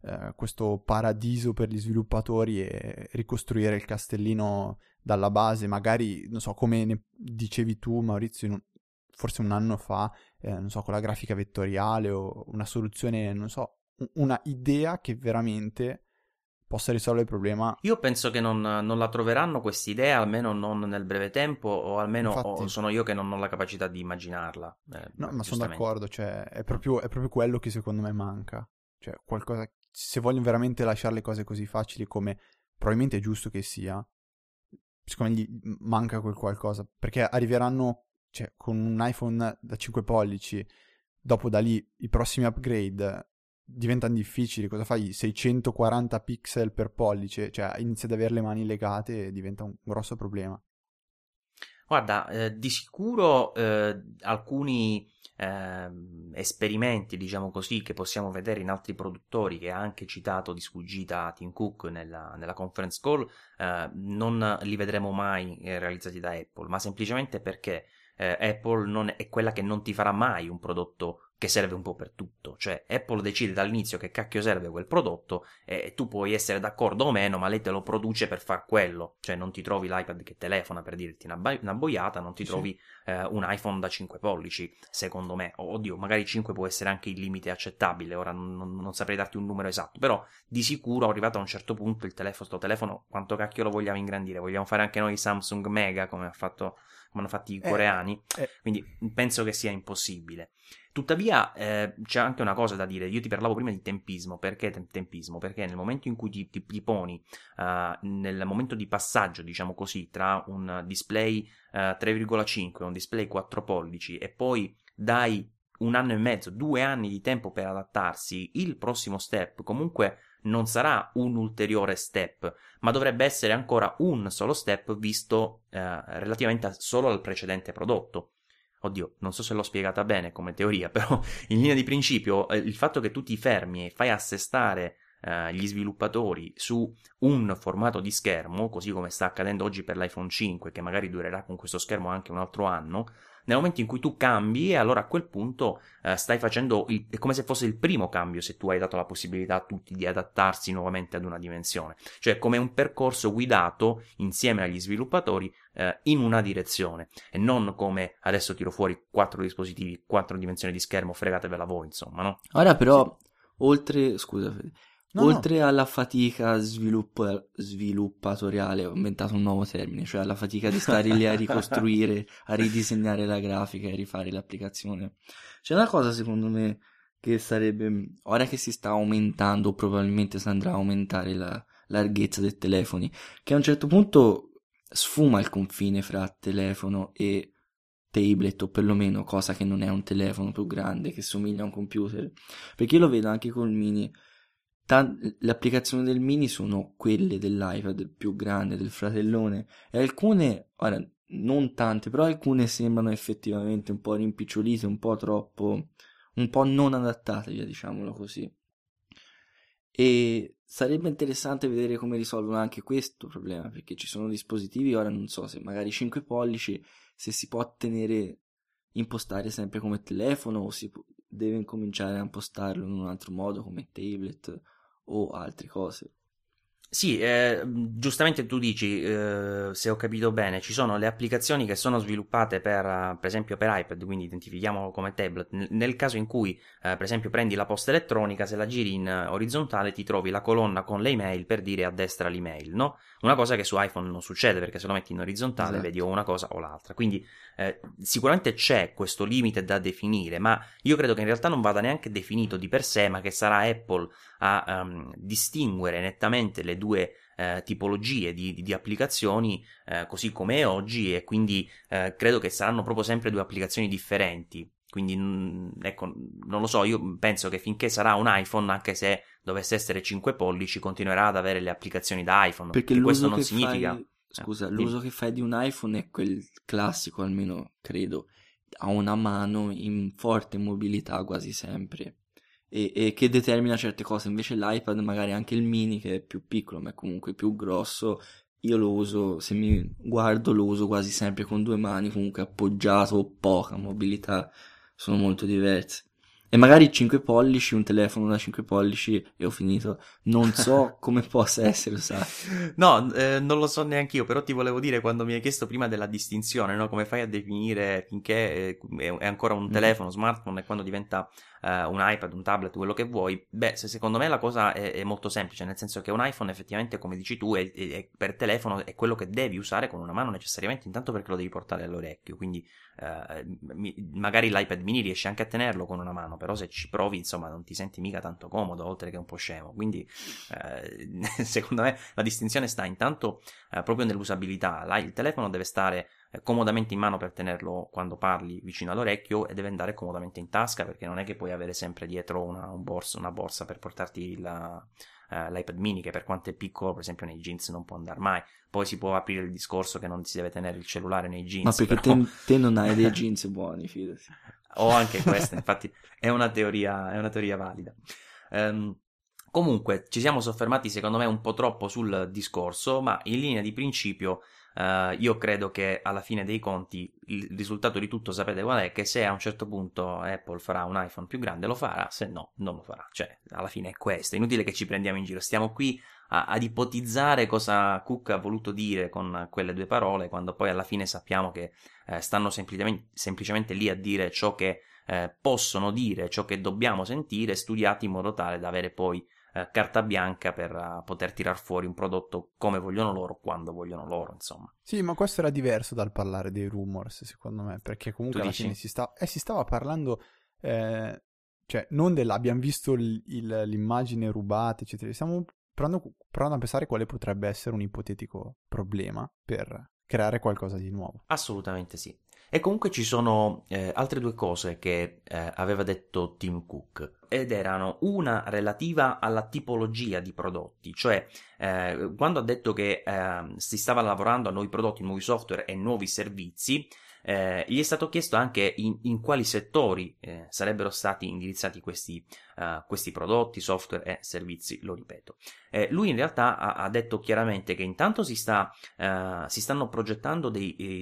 paradiso per gli sviluppatori e ricostruire il castellino dalla base, magari, non so, come ne dicevi tu Maurizio, forse un anno fa, non so, con la grafica vettoriale o una soluzione, non so, una idea che veramente possa risolvere il problema. Io penso che non la troveranno quest'idea, almeno non nel breve tempo, o almeno Infatti, sono io che non ho la capacità di immaginarla. no, ma sono Giustamente. d'accordo, cioè è proprio quello che secondo me manca. Cioè, qualcosa, se vogliono veramente lasciare le cose così facili come probabilmente è giusto che sia, secondo me gli manca quel qualcosa, perché arriveranno, cioè, con un iPhone da 5 pollici, dopo da lì i prossimi upgrade diventano difficili, cosa fai? 640 pixel per pollice, cioè inizi ad avere le mani legate e diventa un grosso problema. Guarda, di sicuro alcuni esperimenti, diciamo così, che possiamo vedere in altri produttori, che ha anche citato di sfuggita Tim Cook nella conference call, non li vedremo mai realizzati da Apple, ma semplicemente perché Apple non è quella che non ti farà mai un prodotto che serve un po' per tutto, cioè Apple decide dall'inizio che cacchio serve quel prodotto e tu puoi essere d'accordo o meno, ma lei te lo produce per far quello, cioè non ti trovi l'iPad che telefona, per dirti una boiata, non ti trovi un iPhone da 5 pollici, secondo me. Oddio, magari 5 può essere anche il limite accettabile, ora non saprei darti un numero esatto, però di sicuro arrivato a un certo punto sto telefono quanto cacchio lo vogliamo ingrandire? Vogliamo fare anche noi Samsung Mega come hanno fatto i coreani? Quindi penso che sia impossibile. Tuttavia c'è anche una cosa da dire, io ti parlavo prima di tempismo, perché tempismo? Perché nel momento in cui ti poni, nel momento di passaggio, diciamo così, tra un display 3,5 e un display 4 pollici e poi dai un anno e mezzo, 2 anni di tempo per adattarsi, il prossimo step comunque non sarà un ulteriore step, ma dovrebbe essere ancora un solo step visto relativamente solo al precedente prodotto. Oddio, non so se l'ho spiegata bene come teoria, però in linea di principio il fatto che tu ti fermi e fai assestare gli sviluppatori su un formato di schermo, così come sta accadendo oggi per l'iPhone 5, che magari durerà con questo schermo anche un altro anno, nel momento in cui tu cambi, allora a quel punto stai facendo è come se fosse il primo cambio, se tu hai dato la possibilità a tutti di adattarsi nuovamente ad una dimensione, cioè come un percorso guidato insieme agli sviluppatori in una direzione, e non come adesso tiro fuori 4 dispositivi, 4 dimensioni di schermo, fregatevela voi, insomma, no? Ora però, oltre, scusa Fede, No, oltre alla fatica sviluppatoriale, ho inventato un nuovo termine, cioè alla fatica di stare lì a ricostruire, a ridisegnare la grafica e rifare l'applicazione, c'è una cosa secondo me che sarebbe, ora che si sta aumentando, probabilmente si andrà a aumentare la larghezza dei telefoni, che a un certo punto sfuma il confine fra telefono e tablet, o perlomeno cosa che non è un telefono più grande che somiglia a un computer, perché io lo vedo anche col mini. Le applicazioni del mini sono quelle dell'iPad più grande, del fratellone, e alcune, ora non tante, però alcune sembrano effettivamente un po' rimpicciolite, un po' troppo, un po' non adattate, via, diciamolo così. E sarebbe interessante vedere come risolvono anche questo problema, perché ci sono dispositivi, ora non so se magari 5 pollici, se si può impostare sempre come telefono, o deve incominciare a impostarlo in un altro modo come tablet o altre cose. Sì, giustamente tu dici, se ho capito bene, ci sono le applicazioni che sono sviluppate per esempio per iPad, quindi identifichiamolo come tablet. Nel caso in cui, per esempio, prendi la posta elettronica, se la giri in orizzontale ti trovi la colonna con le email per dire a destra l'email, no? Una cosa che su iPhone non succede, perché se lo metti in orizzontale Esatto. vedi o una cosa o l'altra. Quindi sicuramente c'è questo limite da definire, ma io credo che in realtà non vada neanche definito di per sé, ma che sarà Apple a distinguere nettamente le due tipologie di applicazioni così come è oggi, e quindi credo che saranno proprio sempre due applicazioni differenti. Quindi ecco, non lo so, io penso che finché sarà un iPhone, anche se dovesse essere 5 pollici, continuerà ad avere le applicazioni da iPhone, Perché che questo l'uso non che significa... fai, scusa, dimmi. l'uso che fai di un iPhone è quel classico, almeno credo, ha una mano in forte mobilità quasi sempre e che determina certe cose. Invece l'iPad, magari anche il mini, che è più piccolo ma è comunque più grosso, io lo uso, se mi guardo, lo uso quasi sempre con due mani, comunque appoggiato, poca mobilità, sono molto diverse. E magari 5 pollici, un telefono da 5 pollici e ho finito. Non so come possa essere usato. No, non lo so neanche io, però ti volevo dire, quando mi hai chiesto prima della distinzione, no? Come fai a definire finché è ancora un telefono, smartphone, e quando diventa un iPad, un tablet, quello che vuoi? Beh, secondo me la cosa è molto semplice, nel senso che un iPhone effettivamente, come dici tu, per telefono è quello che devi usare con una mano necessariamente, intanto perché lo devi portare all'orecchio, quindi magari l'iPad mini riesci anche a tenerlo con una mano, però se ci provi, insomma, non ti senti mica tanto comodo, oltre che un po' scemo. Quindi secondo me la distinzione sta intanto proprio nell'usabilità. Il telefono deve stare comodamente in mano per tenerlo quando parli vicino all'orecchio, e deve andare comodamente in tasca, perché non è che puoi avere sempre dietro una borsa per portarti l'iPad mini, che per quanto è piccolo, per esempio nei jeans non può andare mai. Poi si può aprire il discorso che non si deve tenere il cellulare nei jeans. Ma perché però... te non hai dei jeans buoni, fidati. O anche questa, infatti, è una teoria valida. Comunque, ci siamo soffermati secondo me un po' troppo sul discorso, ma in linea di principio io credo che alla fine dei conti il risultato di tutto, sapete qual è? Che se a un certo punto Apple farà un iPhone più grande lo farà, se no non lo farà. Cioè, alla fine è questo, è inutile che ci prendiamo in giro, stiamo qui ad ipotizzare cosa Cook ha voluto dire con quelle due parole, quando poi alla fine sappiamo che stanno semplicemente lì a dire ciò che possono dire, ciò che dobbiamo sentire, studiati in modo tale da avere poi carta bianca per poter tirar fuori un prodotto come vogliono loro, quando vogliono loro, insomma. Sì, ma questo era diverso dal parlare dei rumors, secondo me, perché comunque Tu alla dici? fine si stava parlando, cioè non abbiamo visto l'immagine rubata, eccetera, stiamo provando a pensare quale potrebbe essere un ipotetico problema per creare qualcosa di nuovo. Assolutamente sì. E comunque ci sono altre due cose che aveva detto Tim Cook, ed erano una relativa alla tipologia di prodotti, cioè quando ha detto che si stava lavorando a nuovi prodotti, nuovi software e nuovi servizi, gli è stato chiesto anche in quali settori sarebbero stati indirizzati questi prodotti, software e servizi, lo ripeto. Lui in realtà ha detto chiaramente che intanto si stanno progettando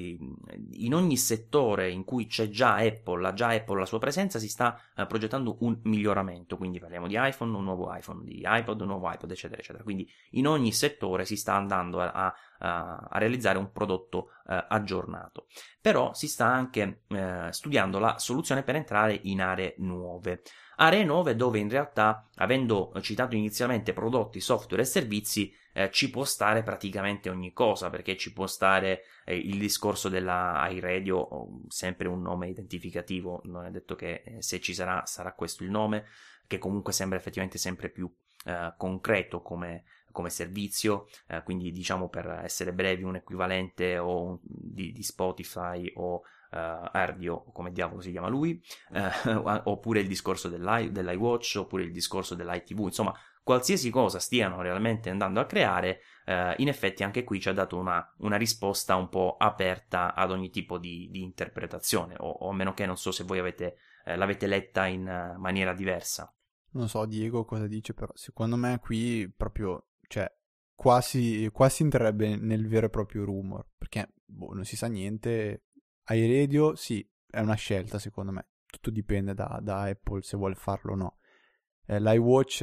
in ogni settore in cui c'è già Apple, ha già Apple la sua presenza, si sta progettando un miglioramento, quindi parliamo di iPhone, un nuovo iPhone, di iPod, un nuovo iPod, eccetera, eccetera. Quindi in ogni settore si sta andando a realizzare un prodotto aggiornato. Però si sta anche studiando la soluzione per entrare in aree nuove dove in realtà, avendo citato inizialmente prodotti, software e servizi, ci può stare praticamente ogni cosa, perché ci può stare il discorso della iRadio, sempre un nome identificativo, non è detto che se ci sarà questo il nome, che comunque sembra effettivamente sempre più concreto come servizio, quindi diciamo, per essere brevi, un equivalente di Spotify o Ardio, come diavolo si chiama lui, oppure il discorso dell'iWatch, oppure il discorso dell'ITV, insomma qualsiasi cosa stiano realmente andando a creare, in effetti anche qui ci ha dato una risposta un po' aperta ad ogni tipo di interpretazione, o a meno che, non so se voi l'avete letta in maniera diversa. Non so Diego cosa dice, però secondo me qui proprio, cioè, quasi entrerebbe nel vero e proprio rumor, perché non si sa niente. iRadio sì, è una scelta secondo me, tutto dipende da Apple se vuole farlo o no. L'iWatch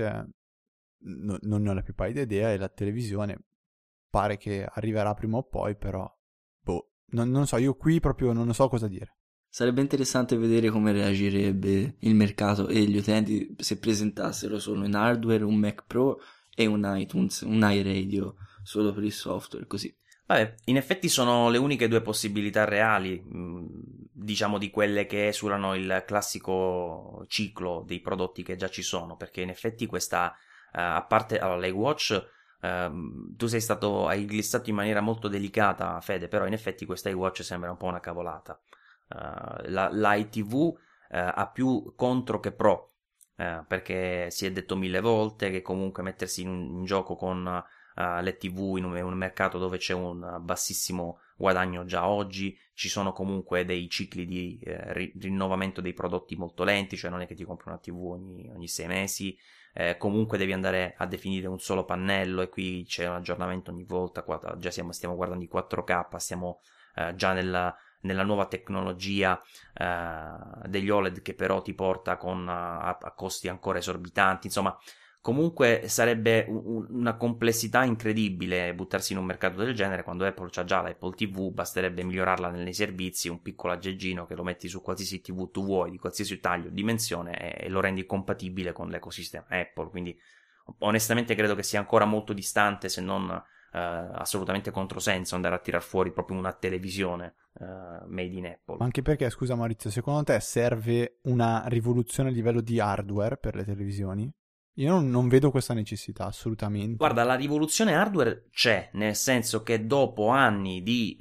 non ne ho la più pallida idea, e la televisione pare che arriverà prima o poi, però non so, io qui proprio non so cosa dire. Sarebbe interessante vedere come reagirebbe il mercato e gli utenti se presentassero solo in hardware un Mac Pro e un iTunes, un iRadio solo per il software, così. Vabbè, in effetti sono le uniche due possibilità reali, diciamo, di quelle che esulano il classico ciclo dei prodotti che già ci sono, perché in effetti questa, a parte allora, l'iWatch, tu hai glissato in maniera molto delicata, Fede, però in effetti questa iWatch sembra un po' una cavolata. L'iTV ha più contro che pro, perché si è detto 1000 volte che comunque mettersi in gioco con le TV in un mercato dove c'è un bassissimo guadagno già oggi, ci sono comunque dei cicli di rinnovamento dei prodotti molto lenti, cioè non è che ti compri una TV ogni 6 mesi, comunque devi andare a definire un solo pannello e qui c'è un aggiornamento ogni volta, già stiamo guardando i 4K, stiamo già nella nuova tecnologia degli OLED che però ti porta a costi ancora esorbitanti, insomma. Comunque sarebbe una complessità incredibile buttarsi in un mercato del genere quando Apple c'ha già l'Apple TV, basterebbe migliorarla nei servizi, un piccolo aggeggino che lo metti su qualsiasi TV tu vuoi, di qualsiasi taglio, dimensione e lo rendi compatibile con l'ecosistema Apple, quindi onestamente credo che sia ancora molto distante, se non assolutamente controsenso, andare a tirar fuori proprio una televisione made in Apple. Anche perché, scusa Maurizio, secondo te serve una rivoluzione a livello di hardware per le televisioni? Io non vedo questa necessità, assolutamente. Guarda, la rivoluzione hardware c'è, nel senso che dopo anni di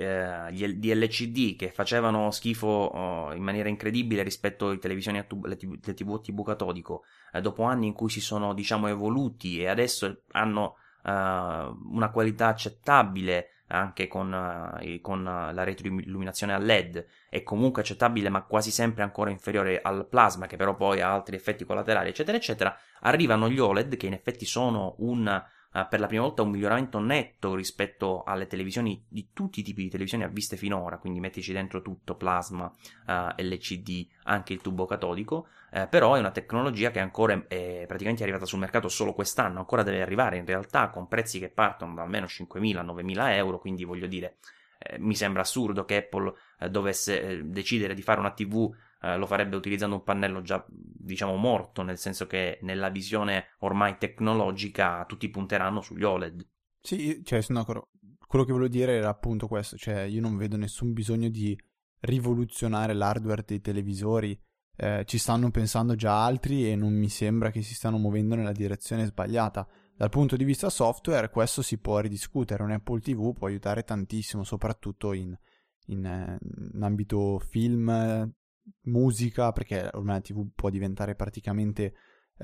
LCD che facevano schifo in maniera incredibile rispetto alle televisioni le TV a tubo catodico, dopo anni in cui si sono, diciamo, evoluti e adesso hanno una qualità accettabile anche con la retroilluminazione a LED, è comunque accettabile ma quasi sempre ancora inferiore al plasma, che però poi ha altri effetti collaterali, eccetera eccetera. Arrivano gli OLED che in effetti sono per la prima volta un miglioramento netto rispetto alle televisioni, di tutti i tipi di televisioni viste finora, quindi mettici dentro tutto, plasma, LCD, anche il tubo catodico, però è una tecnologia che ancora è praticamente arrivata sul mercato solo quest'anno, ancora deve arrivare in realtà con prezzi che partono da almeno 5.000-9.000 euro, quindi voglio dire, mi sembra assurdo che Apple dovesse decidere di fare una TV, lo farebbe utilizzando un pannello già, diciamo, morto, nel senso che nella visione ormai tecnologica tutti punteranno sugli OLED. Sì, cioè, sono d'accordo. Quello che volevo dire era appunto questo, cioè io non vedo nessun bisogno di rivoluzionare l'hardware dei televisori, ci stanno pensando già altri e non mi sembra che si stiano muovendo nella direzione sbagliata. Dal punto di vista software questo si può ridiscutere, un Apple TV può aiutare tantissimo, soprattutto in ambito film, musica, perché ormai la TV può diventare praticamente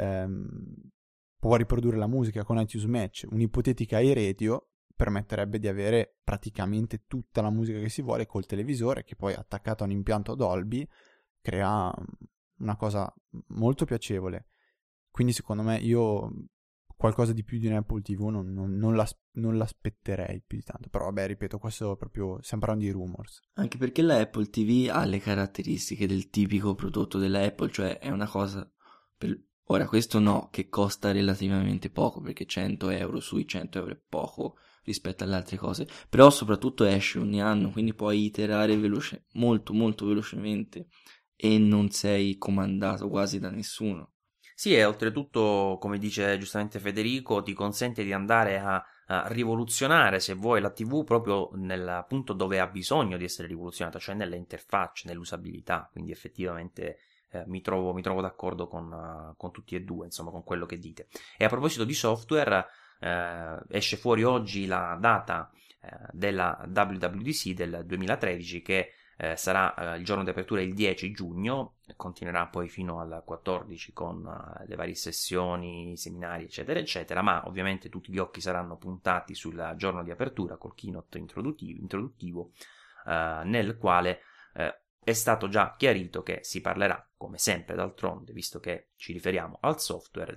può riprodurre la musica con iTunes Match. Un'ipotetica iRadio permetterebbe di avere praticamente tutta la musica che si vuole col televisore, che poi attaccato a un impianto Dolby crea una cosa molto piacevole. Quindi secondo me io qualcosa di più di un Apple TV non l'aspetterei più di tanto. Però vabbè, ripeto, questo proprio stiamo parlando di rumors. Anche perché la Apple TV ha le caratteristiche del tipico prodotto della Apple, cioè è una cosa ora questo no, che costa relativamente poco, perché 100 euro sui 100 euro è poco rispetto alle altre cose, però soprattutto esce ogni anno, quindi puoi iterare molto molto velocemente e non sei comandato quasi da nessuno. Sì, e oltretutto, come dice giustamente Federico, ti consente di andare a rivoluzionare, se vuoi, la TV proprio nel punto dove ha bisogno di essere rivoluzionata, cioè nelle interfacce, nell'usabilità, quindi effettivamente mi trovo d'accordo con tutti e due, insomma, con quello che dite. E a proposito di software, esce fuori oggi la data della WWDC del 2013 che sarà il giorno di apertura il 10 giugno, continuerà poi fino al 14 con le varie sessioni, seminari, eccetera, eccetera, ma ovviamente tutti gli occhi saranno puntati sul giorno di apertura col keynote introduttivo nel quale è stato già chiarito che si parlerà, come sempre d'altronde, visto che ci riferiamo al software,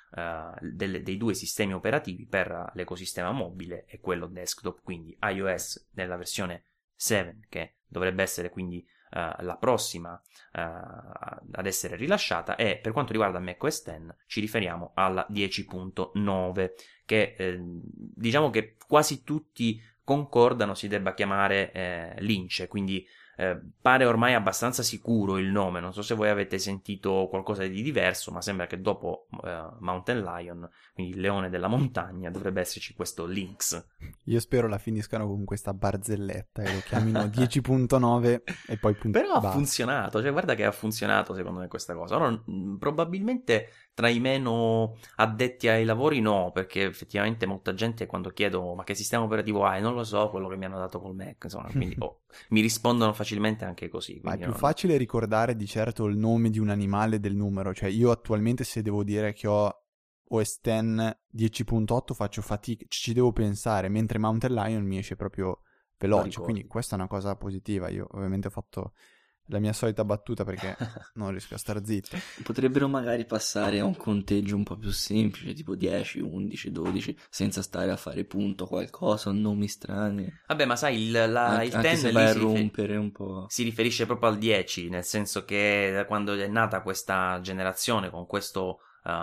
dei due sistemi operativi per l'ecosistema mobile e quello desktop, quindi iOS nella versione 7, che dovrebbe essere quindi la prossima ad essere rilasciata, e per quanto riguarda macOS X ci riferiamo alla 10.9, che diciamo che quasi tutti concordano si debba chiamare Lince, quindi pare ormai abbastanza sicuro il nome, non so se voi avete sentito qualcosa di diverso, ma sembra che dopo Mountain Lion, quindi il leone della montagna, dovrebbe esserci questo Lynx. Io spero la finiscano con questa barzelletta e lo chiamino 10.9 e poi Però ha basta. funzionato, cioè guarda che ha funzionato secondo me questa cosa. Ora, probabilmente tra i meno addetti ai lavori no, perché effettivamente molta gente quando chiedo ma che sistema operativo hai, non lo so, quello che mi hanno dato col Mac, insomma, quindi mi rispondono facilmente anche così. Ma è quindi più facile ricordare di certo il nome di un animale del numero, cioè io attualmente se devo dire che ho OS X 10.8 faccio fatica, ci devo pensare, mentre Mountain Lion mi esce proprio veloce, ricordi. quindi questa è una cosa positiva. Io ovviamente ho fatto la mia solita battuta perché non riesco a star zitto. Potrebbero magari passare a un conteggio un po' più semplice, tipo 10, 11, 12, senza stare a fare punto qualcosa, nomi strani. Vabbè, ma sai, il Anche 10 se lì vai a rompere un po'. si riferisce proprio al 10, nel senso che da quando è nata questa generazione con questo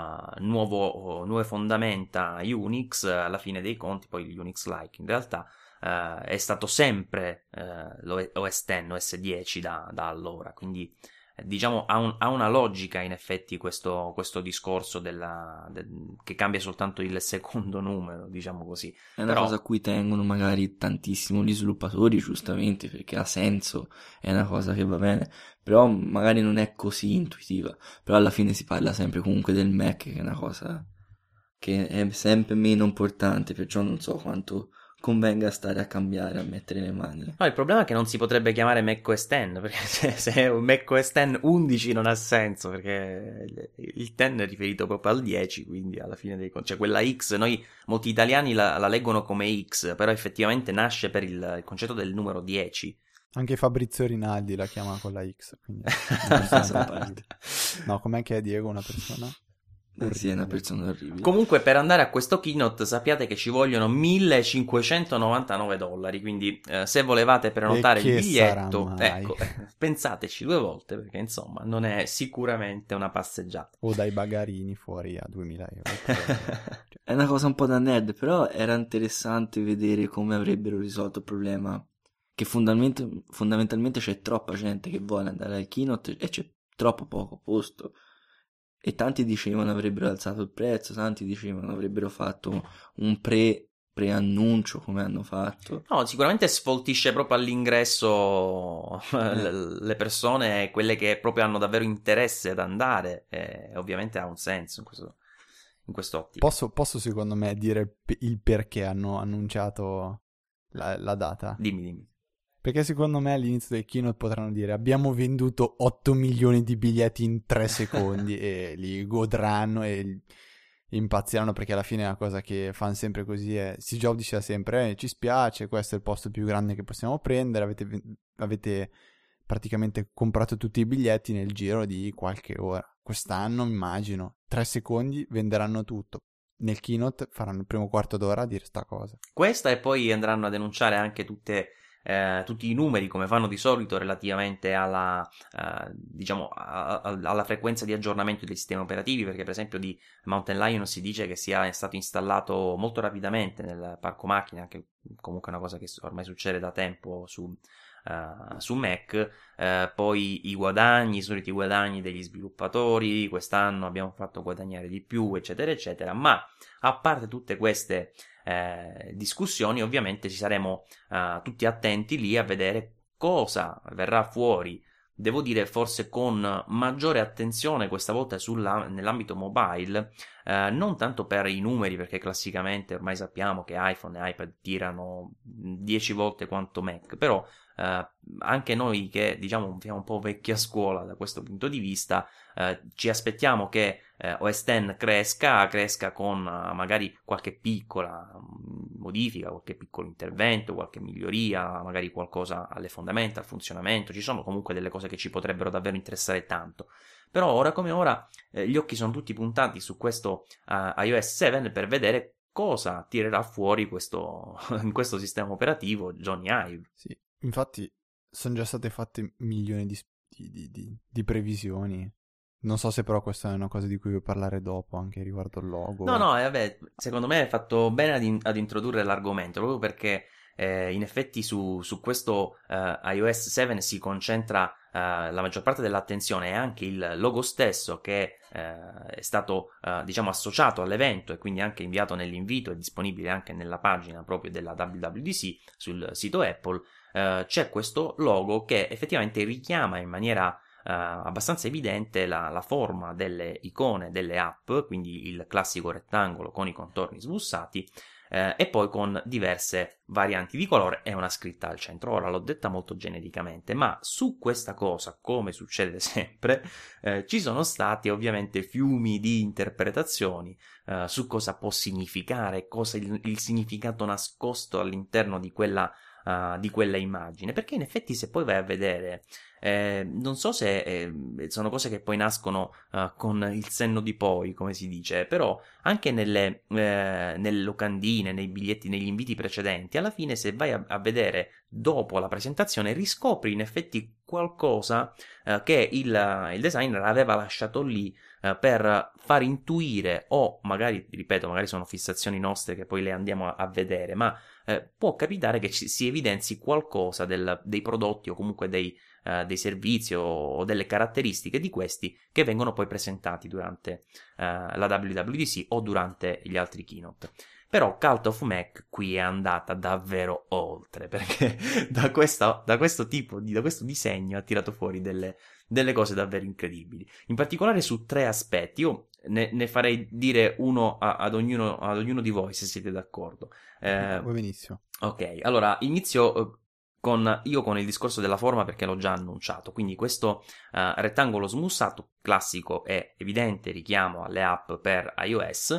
nuove fondamenta Unix, alla fine dei conti, poi gli Unix-like in realtà, è stato sempre l'OS X, OS 10 da allora, quindi diciamo ha una logica in effetti questo discorso che cambia soltanto il secondo numero, diciamo così. È una Però cosa a cui tengono magari tantissimo gli sviluppatori, giustamente, perché ha senso, è una cosa che va bene, però magari non è così intuitiva. Però alla fine si parla sempre comunque del Mac, che è una cosa che è sempre meno importante, perciò non so quanto convenga stare a cambiare, a mettere le mani. No, il problema è che non si potrebbe chiamare macOS X, perché se è un macOS X 11 non ha senso, perché il 10 è riferito proprio al 10, quindi alla fine dei conti, cioè quella X, molti italiani la leggono come X, però effettivamente nasce per il concetto del numero 10. Anche Fabrizio Rinaldi la chiama con la X, quindi no, com'è che è Diego una persona? Sì, è una persona orribile. Comunque per andare a questo keynote sappiate che ci vogliono $1.599, quindi se volevate prenotare il biglietto, ecco, pensateci 2 volte, perché insomma non è sicuramente una passeggiata. O dai bagarini fuori a 2.000 euro. È una cosa un po' da nerd, però era interessante vedere come avrebbero risolto il problema che fondamentalmente c'è troppa gente che vuole andare al keynote e c'è troppo poco posto. E tanti dicevano avrebbero alzato il prezzo, tanti dicevano avrebbero fatto un preannuncio come hanno fatto. No, sicuramente sfoltisce proprio all'ingresso le persone, quelle che proprio hanno davvero interesse ad andare, e ovviamente ha un senso in quest'ottica. Posso secondo me dire il perché hanno annunciato la data? Dimmi. Perché secondo me all'inizio del keynote potranno dire abbiamo venduto 8 milioni di biglietti in 3 secondi e li godranno e impazziranno, perché alla fine la cosa che fanno sempre così è Steve Jobs diceva sempre ci spiace, questo è il posto più grande che possiamo prendere, avete praticamente comprato tutti i biglietti nel giro di qualche ora. Quest'anno immagino 3 secondi venderanno tutto. Nel keynote faranno il primo quarto d'ora a dire sta cosa. Questa, e poi andranno a denunciare anche tutti i numeri, come fanno di solito, relativamente alla alla frequenza di aggiornamento dei sistemi operativi, perché per esempio di Mountain Lion si dice che è stato installato molto rapidamente nel parco macchine, anche comunque una cosa che ormai succede da tempo su Mac. Poi i soliti guadagni degli sviluppatori, quest'anno abbiamo fatto guadagnare di più, eccetera eccetera, ma a parte tutte queste discussioni, ovviamente ci saremo tutti attenti lì a vedere cosa verrà fuori. Devo dire forse con maggiore attenzione questa volta nell'ambito mobile, non tanto per i numeri, perché classicamente ormai sappiamo che iPhone e iPad tirano 10 volte quanto Mac, però anche noi che diciamo siamo un po' vecchi a scuola da questo punto di vista, ci aspettiamo che OS X cresca con magari qualche piccola modifica, qualche piccolo intervento, qualche miglioria, magari qualcosa alle fondamenta, al funzionamento. Ci sono comunque delle cose che ci potrebbero davvero interessare tanto. Però ora come ora gli occhi sono tutti puntati su questo iOS 7 per vedere cosa tirerà fuori in questo sistema operativo Johnny Ive. Sì, infatti sono già state fatte milioni di previsioni. Non so se però questa è una cosa di cui vuoi parlare dopo, anche riguardo il logo. No, vabbè, secondo me hai fatto bene ad introdurre l'argomento, proprio perché in effetti su questo iOS 7 si concentra la maggior parte dell'attenzione, e anche il logo stesso che è stato diciamo associato all'evento e quindi anche inviato nell'invito, è disponibile anche nella pagina proprio della WWDC sul sito Apple. C'è questo logo che effettivamente richiama in maniera abbastanza evidente la forma delle icone delle app, quindi il classico rettangolo con i contorni smussati, e poi con diverse varianti di colore e una scritta al centro. Ora l'ho detta molto genericamente, ma su questa cosa, come succede sempre, ci sono stati ovviamente fiumi di interpretazioni su cosa può significare, cosa il significato nascosto all'interno di quella immagine, perché in effetti se poi vai a vedere, non so se sono cose che poi nascono con il senno di poi, come si dice, però anche nelle locandine, nei biglietti, negli inviti precedenti, alla fine se vai a vedere dopo la presentazione riscopri in effetti qualcosa che il designer aveva lasciato lì per far intuire, o magari, ripeto, magari sono fissazioni nostre che poi le andiamo a vedere, ma può capitare che si evidenzi qualcosa dei prodotti o comunque dei servizi o delle caratteristiche di questi che vengono poi presentati durante la WWDC o durante gli altri keynote. Però Cult of Mac qui è andata davvero oltre, perché da questo disegno ha tirato fuori delle cose davvero incredibili, in particolare su 3 aspetti. Io ne farei dire uno ad ognuno di voi, se siete d'accordo. Va benissimo. Ok, allora inizio con il discorso della forma, perché l'ho già annunciato. Quindi questo rettangolo smussato, classico e evidente richiamo alle app per iOS,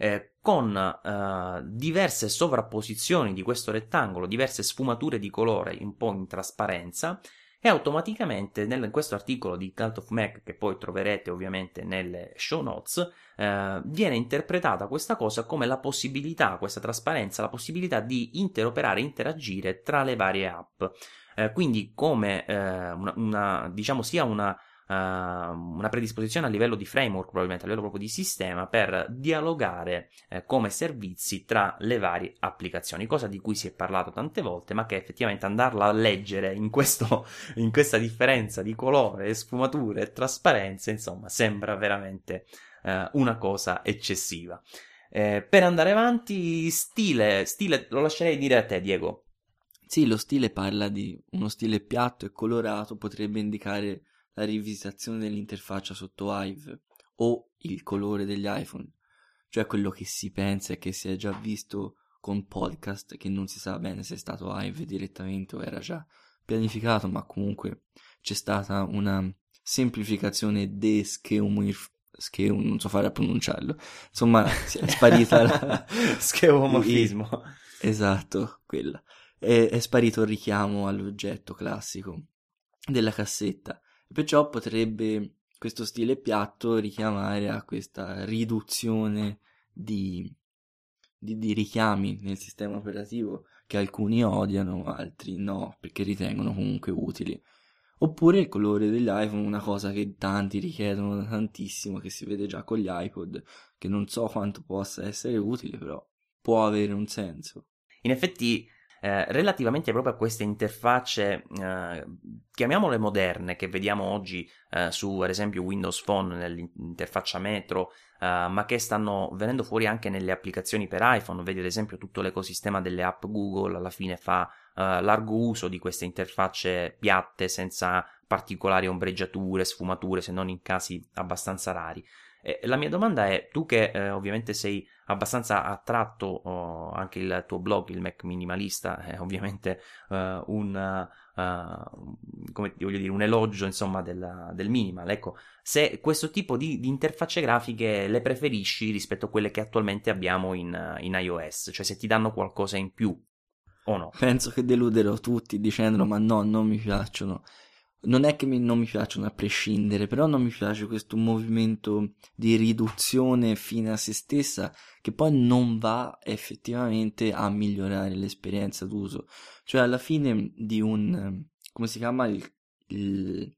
con diverse sovrapposizioni di questo rettangolo, diverse sfumature di colore un po' in trasparenza, e automaticamente in questo articolo di Cult of Mac, che poi troverete ovviamente nelle show notes, viene interpretata questa cosa come la possibilità, questa trasparenza, la possibilità di interoperare, interagire tra le varie app. Quindi come diciamo sia una predisposizione a livello di framework, probabilmente a livello proprio di sistema, per dialogare come servizi tra le varie applicazioni, cosa di cui si è parlato tante volte, ma che effettivamente andarla a leggere in questa differenza di colore, sfumature e trasparenze, insomma, sembra veramente una cosa eccessiva. Per andare avanti, stile lo lascerei dire a te, Diego. Sì, lo stile parla di uno stile piatto e colorato, potrebbe indicare la rivisitazione dell'interfaccia sotto Hive o il colore degli iPhone, cioè quello che si pensa e che si è già visto con podcast, che non si sa bene se è stato Hive direttamente o era già pianificato, ma comunque c'è stata una semplificazione non so fare a pronunciarlo, insomma è sparita la scheomorfismo. Esatto, quella. È sparito il richiamo all'oggetto classico della cassetta. Perciò potrebbe questo stile piatto richiamare a questa riduzione di richiami nel sistema operativo che alcuni odiano, altri no, perché ritengono comunque utili. Oppure il colore degli iPhone, una cosa che tanti richiedono tantissimo, che si vede già con gli iPod, che non so quanto possa essere utile, però può avere un senso. In effetti, relativamente proprio a queste interfacce, chiamiamole moderne, che vediamo oggi su, ad esempio, Windows Phone nell'interfaccia Metro, ma che stanno venendo fuori anche nelle applicazioni per iPhone. Vedi ad esempio tutto l'ecosistema delle app Google, alla fine fa largo uso di queste interfacce piatte, senza particolari ombreggiature, sfumature, se non in casi abbastanza rari. La mia domanda è, tu che ovviamente sei abbastanza attratto, anche il tuo blog, il Mac Minimalista, è ovviamente come voglio dire, un elogio, insomma, del minimal. Ecco, se questo tipo di interfacce grafiche le preferisci rispetto a quelle che attualmente abbiamo in iOS, cioè se ti danno qualcosa in più o no? Penso che deluderò tutti dicendo ma no, non mi piacciono. Non è che non mi piacciono a prescindere, però non mi piace questo movimento di riduzione fine a se stessa che poi non va effettivamente a migliorare l'esperienza d'uso. Cioè alla fine di come si chiama il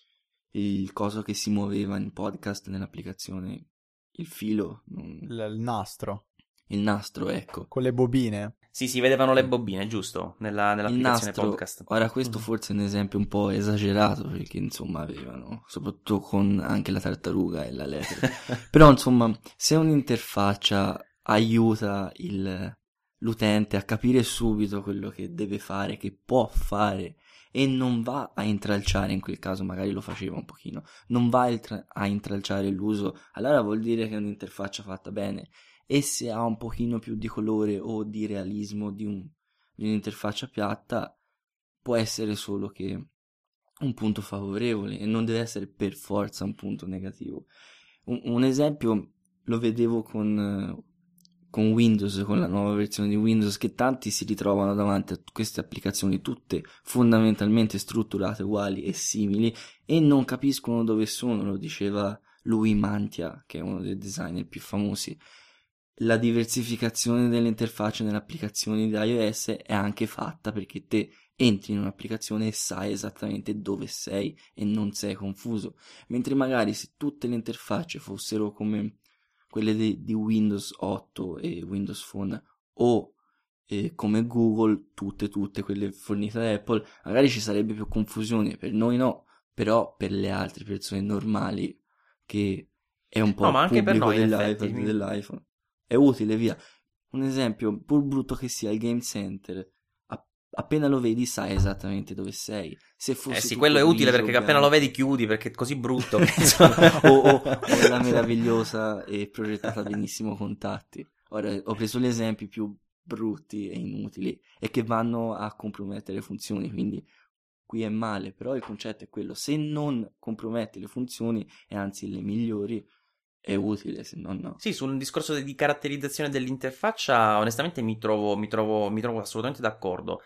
coso che si muoveva in podcast nell'applicazione, il filo? Il nastro. Il nastro, ecco. Con le bobine. Sì, si vedevano le bobine, giusto? Nell'applicazione nastro, podcast. ora questo forse è un esempio un po' esagerato, perché insomma avevano, soprattutto con anche la tartaruga e la lepre. Però insomma, se un'interfaccia aiuta l'utente a capire subito quello che deve fare, che può fare, e non va a intralciare, in quel caso magari lo faceva un pochino, non va a intralciare l'uso, allora vuol dire che è un'interfaccia fatta bene. E se ha un pochino più di colore o di realismo di un'interfaccia piatta, può essere solo che un punto favorevole e non deve essere per forza un punto negativo. Un esempio lo vedevo con Windows, con la nuova versione di Windows, che tanti si ritrovano davanti a queste applicazioni tutte fondamentalmente strutturate uguali e simili e non capiscono dove sono. Lo diceva Louis Mantia, che è uno dei designer più famosi. La diversificazione delle interfacce nelle applicazioni di iOS è anche fatta perché te entri in un'applicazione e sai esattamente dove sei e non sei confuso, mentre magari se tutte le interfacce fossero come quelle di Windows 8 e Windows Phone o come Google, tutte quelle fornite da Apple, magari ci sarebbe più confusione, per noi no, però per le altre persone normali, che è un po' No, il ma anche per pubblico noi, in dell'iPad effetti. e dell'iPhone, è utile, via. Un esempio, pur brutto che sia, il Game Center, appena lo vedi sai esattamente dove sei. Se fosse Sì, tutto quello è utile grigio, perché appena lo bianco, vedi chiudi perché è così brutto. o la meravigliosa e progettata benissimo contatti. Ora ho preso gli esempi più brutti e inutili e che vanno a compromettere le funzioni, quindi qui è male, però il concetto è quello: se non comprometti le funzioni e anzi le migliori, è utile, se no no. Sì, sul discorso di caratterizzazione dell'interfaccia, onestamente mi trovo assolutamente d'accordo.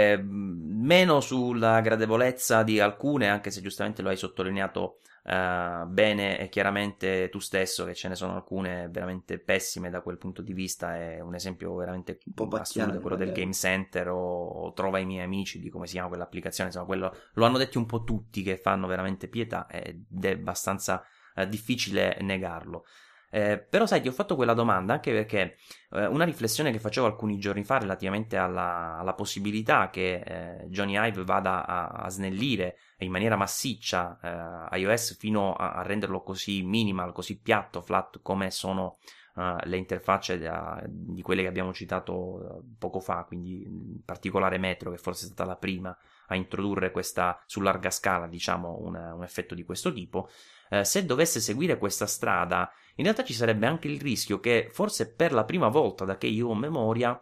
Meno sulla gradevolezza di alcune, anche se giustamente lo hai sottolineato bene e chiaramente tu stesso, che ce ne sono alcune veramente pessime da quel punto di vista. È un esempio veramente Un po' assurdo, pacchiane, quello del magari. Game Center o Trova i miei amici, di come si chiama quell'applicazione. Insomma, quello lo hanno detto un po' tutti, che fanno veramente pietà ed è abbastanza difficile negarlo. Però sai, ti ho fatto quella domanda anche perché una riflessione che facevo alcuni giorni fa relativamente alla possibilità che Johnny Ive vada a snellire in maniera massiccia iOS fino a renderlo così minimal, così piatto, flat come sono le interfacce di quelle che abbiamo citato poco fa, quindi in particolare Metro, che forse è stata la prima a introdurre questa su larga scala, diciamo, un effetto di questo tipo. Se dovesse seguire questa strada, in realtà ci sarebbe anche il rischio che forse per la prima volta da che io ho memoria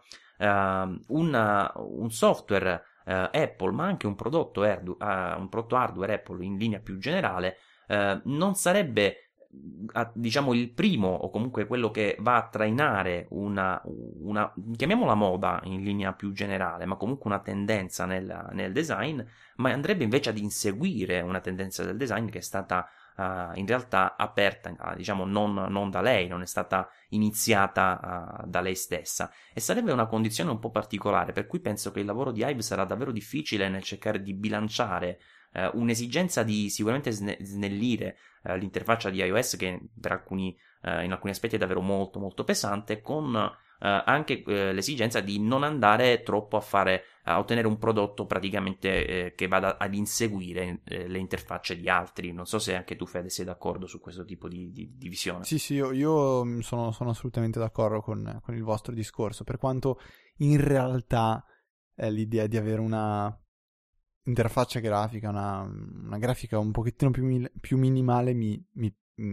un software Apple, ma anche un prodotto hardware Apple in linea più generale, non sarebbe diciamo il primo o comunque quello che va a trainare una chiamiamola moda in linea più generale, ma comunque una tendenza nel design, ma andrebbe invece ad inseguire una tendenza del design che è stata in realtà aperta, diciamo non da lei, non è stata iniziata da lei stessa, e sarebbe una condizione un po' particolare, per cui penso che il lavoro di Ive sarà davvero difficile nel cercare di bilanciare un'esigenza di sicuramente snellire l'interfaccia di iOS, che per in alcuni aspetti è davvero molto molto pesante, con anche l'esigenza di non andare troppo a ottenere un prodotto praticamente che vada ad inseguire le interfacce di altri. Non so se anche tu, Fede, sei d'accordo su questo tipo di visione. Sì, io sono assolutamente d'accordo con il vostro discorso, per quanto in realtà l'idea di avere una interfaccia grafica, una grafica un pochettino più minimale mi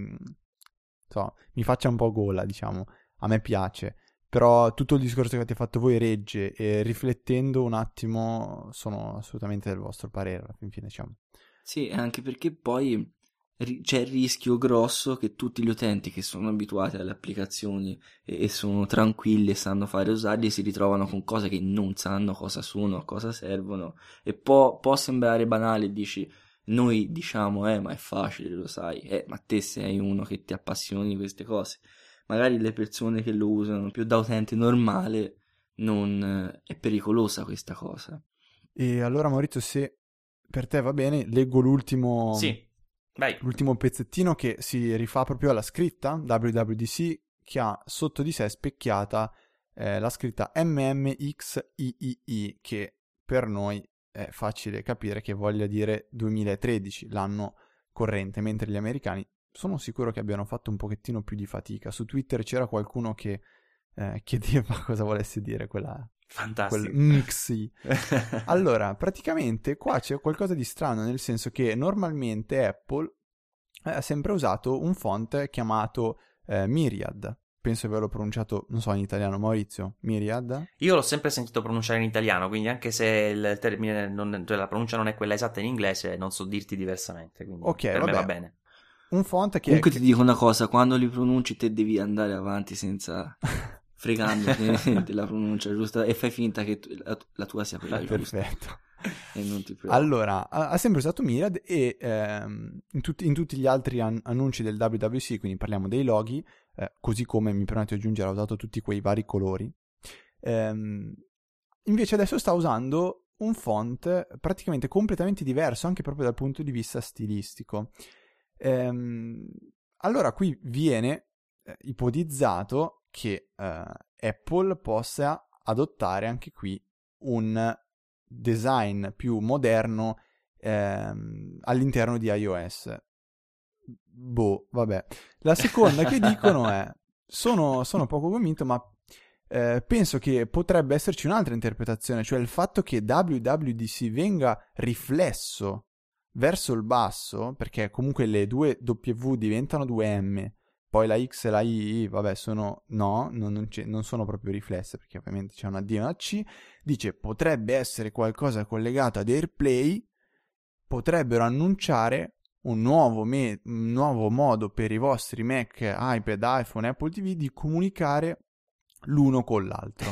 faccia un po' gola, diciamo. A me piace, però tutto il discorso che avete fatto voi regge, e riflettendo un attimo sono assolutamente del vostro parere alla fin fine, diciamo. Sì, anche perché poi c'è il rischio grosso che tutti gli utenti che sono abituati alle applicazioni e sono tranquilli e sanno fare usarli si ritrovano con cose che non sanno cosa sono, a cosa servono, e può sembrare banale, dici, noi diciamo ma è facile, lo sai, ma te sei uno che ti appassioni di queste cose. Magari le persone che lo usano più da utente normale non è pericolosa questa cosa. E allora, Maurizio, se per te va bene, leggo l'ultimo Sì, vai. l'ultimo pezzettino che si rifà proprio alla scritta WWDC, che ha sotto di sé specchiata la scritta MMXIII, che per noi è facile capire che voglia dire 2013, l'anno corrente, mentre gli americani sono sicuro che abbiano fatto un pochettino più di fatica. Su Twitter c'era qualcuno che chiedeva cosa volesse dire quel MXI. Allora, praticamente qua c'è qualcosa di strano, nel senso che normalmente Apple ha sempre usato un font chiamato Myriad. Penso averlo pronunciato, non so, in italiano. Maurizio, Myriad? Io l'ho sempre sentito pronunciare in italiano, quindi anche se il termine cioè la pronuncia non è quella esatta in inglese, non so dirti diversamente, quindi per me va bene. Un font che comunque ti dico una cosa, quando li pronunci te devi andare avanti senza fregandoti della pronuncia giusta e fai finta che la tua sia quella giusta. Perfetto. E non ti allora, ha sempre usato Myriad e in tutti gli altri annunci del WWDC, quindi parliamo dei loghi, così come mi permetto di aggiungere ha usato tutti quei vari colori. Invece adesso sta usando un font praticamente completamente diverso, anche proprio dal punto di vista stilistico. Allora qui viene ipotizzato che Apple possa adottare anche qui un design più moderno all'interno di iOS. Vabbè. La seconda che dicono è sono poco convinto, ma penso che potrebbe esserci un'altra interpretazione, cioè il fatto che WWDC venga riflesso verso il basso, perché comunque le due W diventano due M, poi la X e la I, vabbè, non sono proprio riflesse, perché ovviamente c'è una D e una C. Dice, potrebbe essere qualcosa collegato ad AirPlay, potrebbero annunciare un nuovo modo per i vostri Mac, iPad, iPhone, Apple TV di comunicare l'uno con l'altro.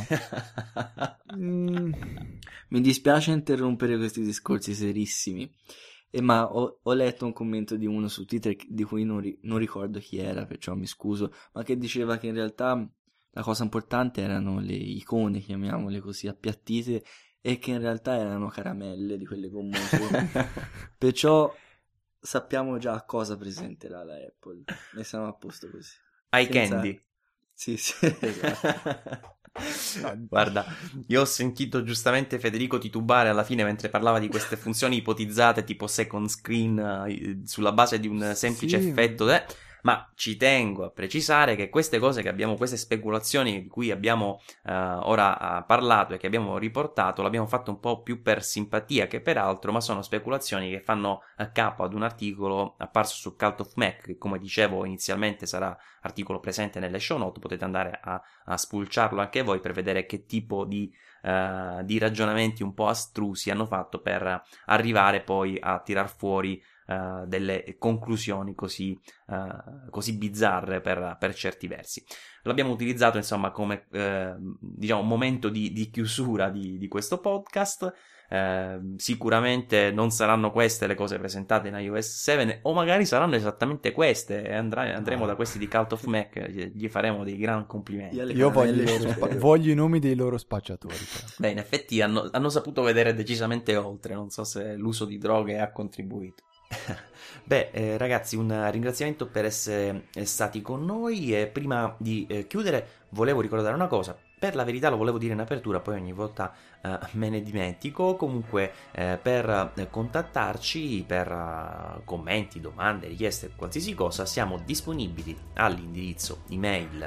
Mi dispiace interrompere questi discorsi serissimi, ma ho letto un commento di uno su Twitter di cui non ricordo chi era, perciò mi scuso, ma che diceva che in realtà la cosa importante erano le icone, chiamiamole così, appiattite, e che in realtà erano caramelle di quelle gommose. Perciò sappiamo già a cosa presenterà la Apple, ne siamo a posto così. Ai candy. Sì, esatto. Guarda, io ho sentito giustamente Federico titubare alla fine mentre parlava di queste funzioni ipotizzate tipo second screen sulla base di un semplice effetto, ma ci tengo a precisare che queste cose che abbiamo, queste speculazioni di cui abbiamo ora parlato e che abbiamo riportato, l'abbiamo fatto un po' più per simpatia che per altro, ma sono speculazioni che fanno capo ad un articolo apparso su Cult of Mac, che come dicevo inizialmente sarà articolo presente nelle show note, potete andare a spulciarlo anche voi per vedere che tipo di ragionamenti un po' astrusi hanno fatto per arrivare poi a tirar fuori delle conclusioni così bizzarre per certi versi. L'abbiamo utilizzato insomma come diciamo momento di chiusura di questo podcast. Sicuramente non saranno queste le cose presentate in iOS 7, o magari saranno esattamente queste e andremo da questi di Cult of Mac, gli faremo dei gran complimenti. Io voglio i nomi dei loro spacciatori. Beh, in effetti hanno saputo vedere decisamente oltre, non so se l'uso di droghe ha contribuito. Beh, ragazzi, un ringraziamento per essere stati con noi, e prima di chiudere volevo ricordare una cosa. Per la verità lo volevo dire in apertura, poi ogni volta me ne dimentico. Comunque per contattarci per commenti, domande, richieste, qualsiasi cosa, siamo disponibili all'indirizzo email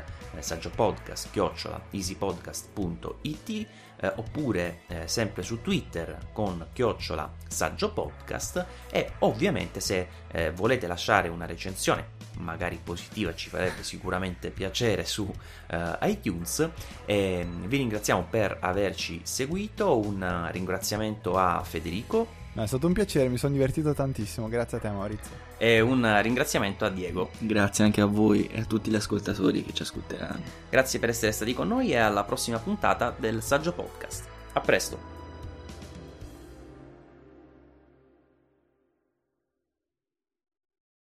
saggiopodcast@easypodcast.it, oppure sempre su Twitter con @saggiopodcast, e ovviamente se volete lasciare una recensione magari positiva, ci farebbe sicuramente piacere su iTunes. Vi ringraziamo per averci seguito, un ringraziamento a Federico. No, è stato un piacere, mi sono divertito tantissimo, grazie a te Maurizio. E un ringraziamento a Diego. Grazie anche a voi e a tutti gli ascoltatori che ci ascolteranno. Grazie per essere stati con noi e alla prossima puntata del Saggio Podcast. A presto.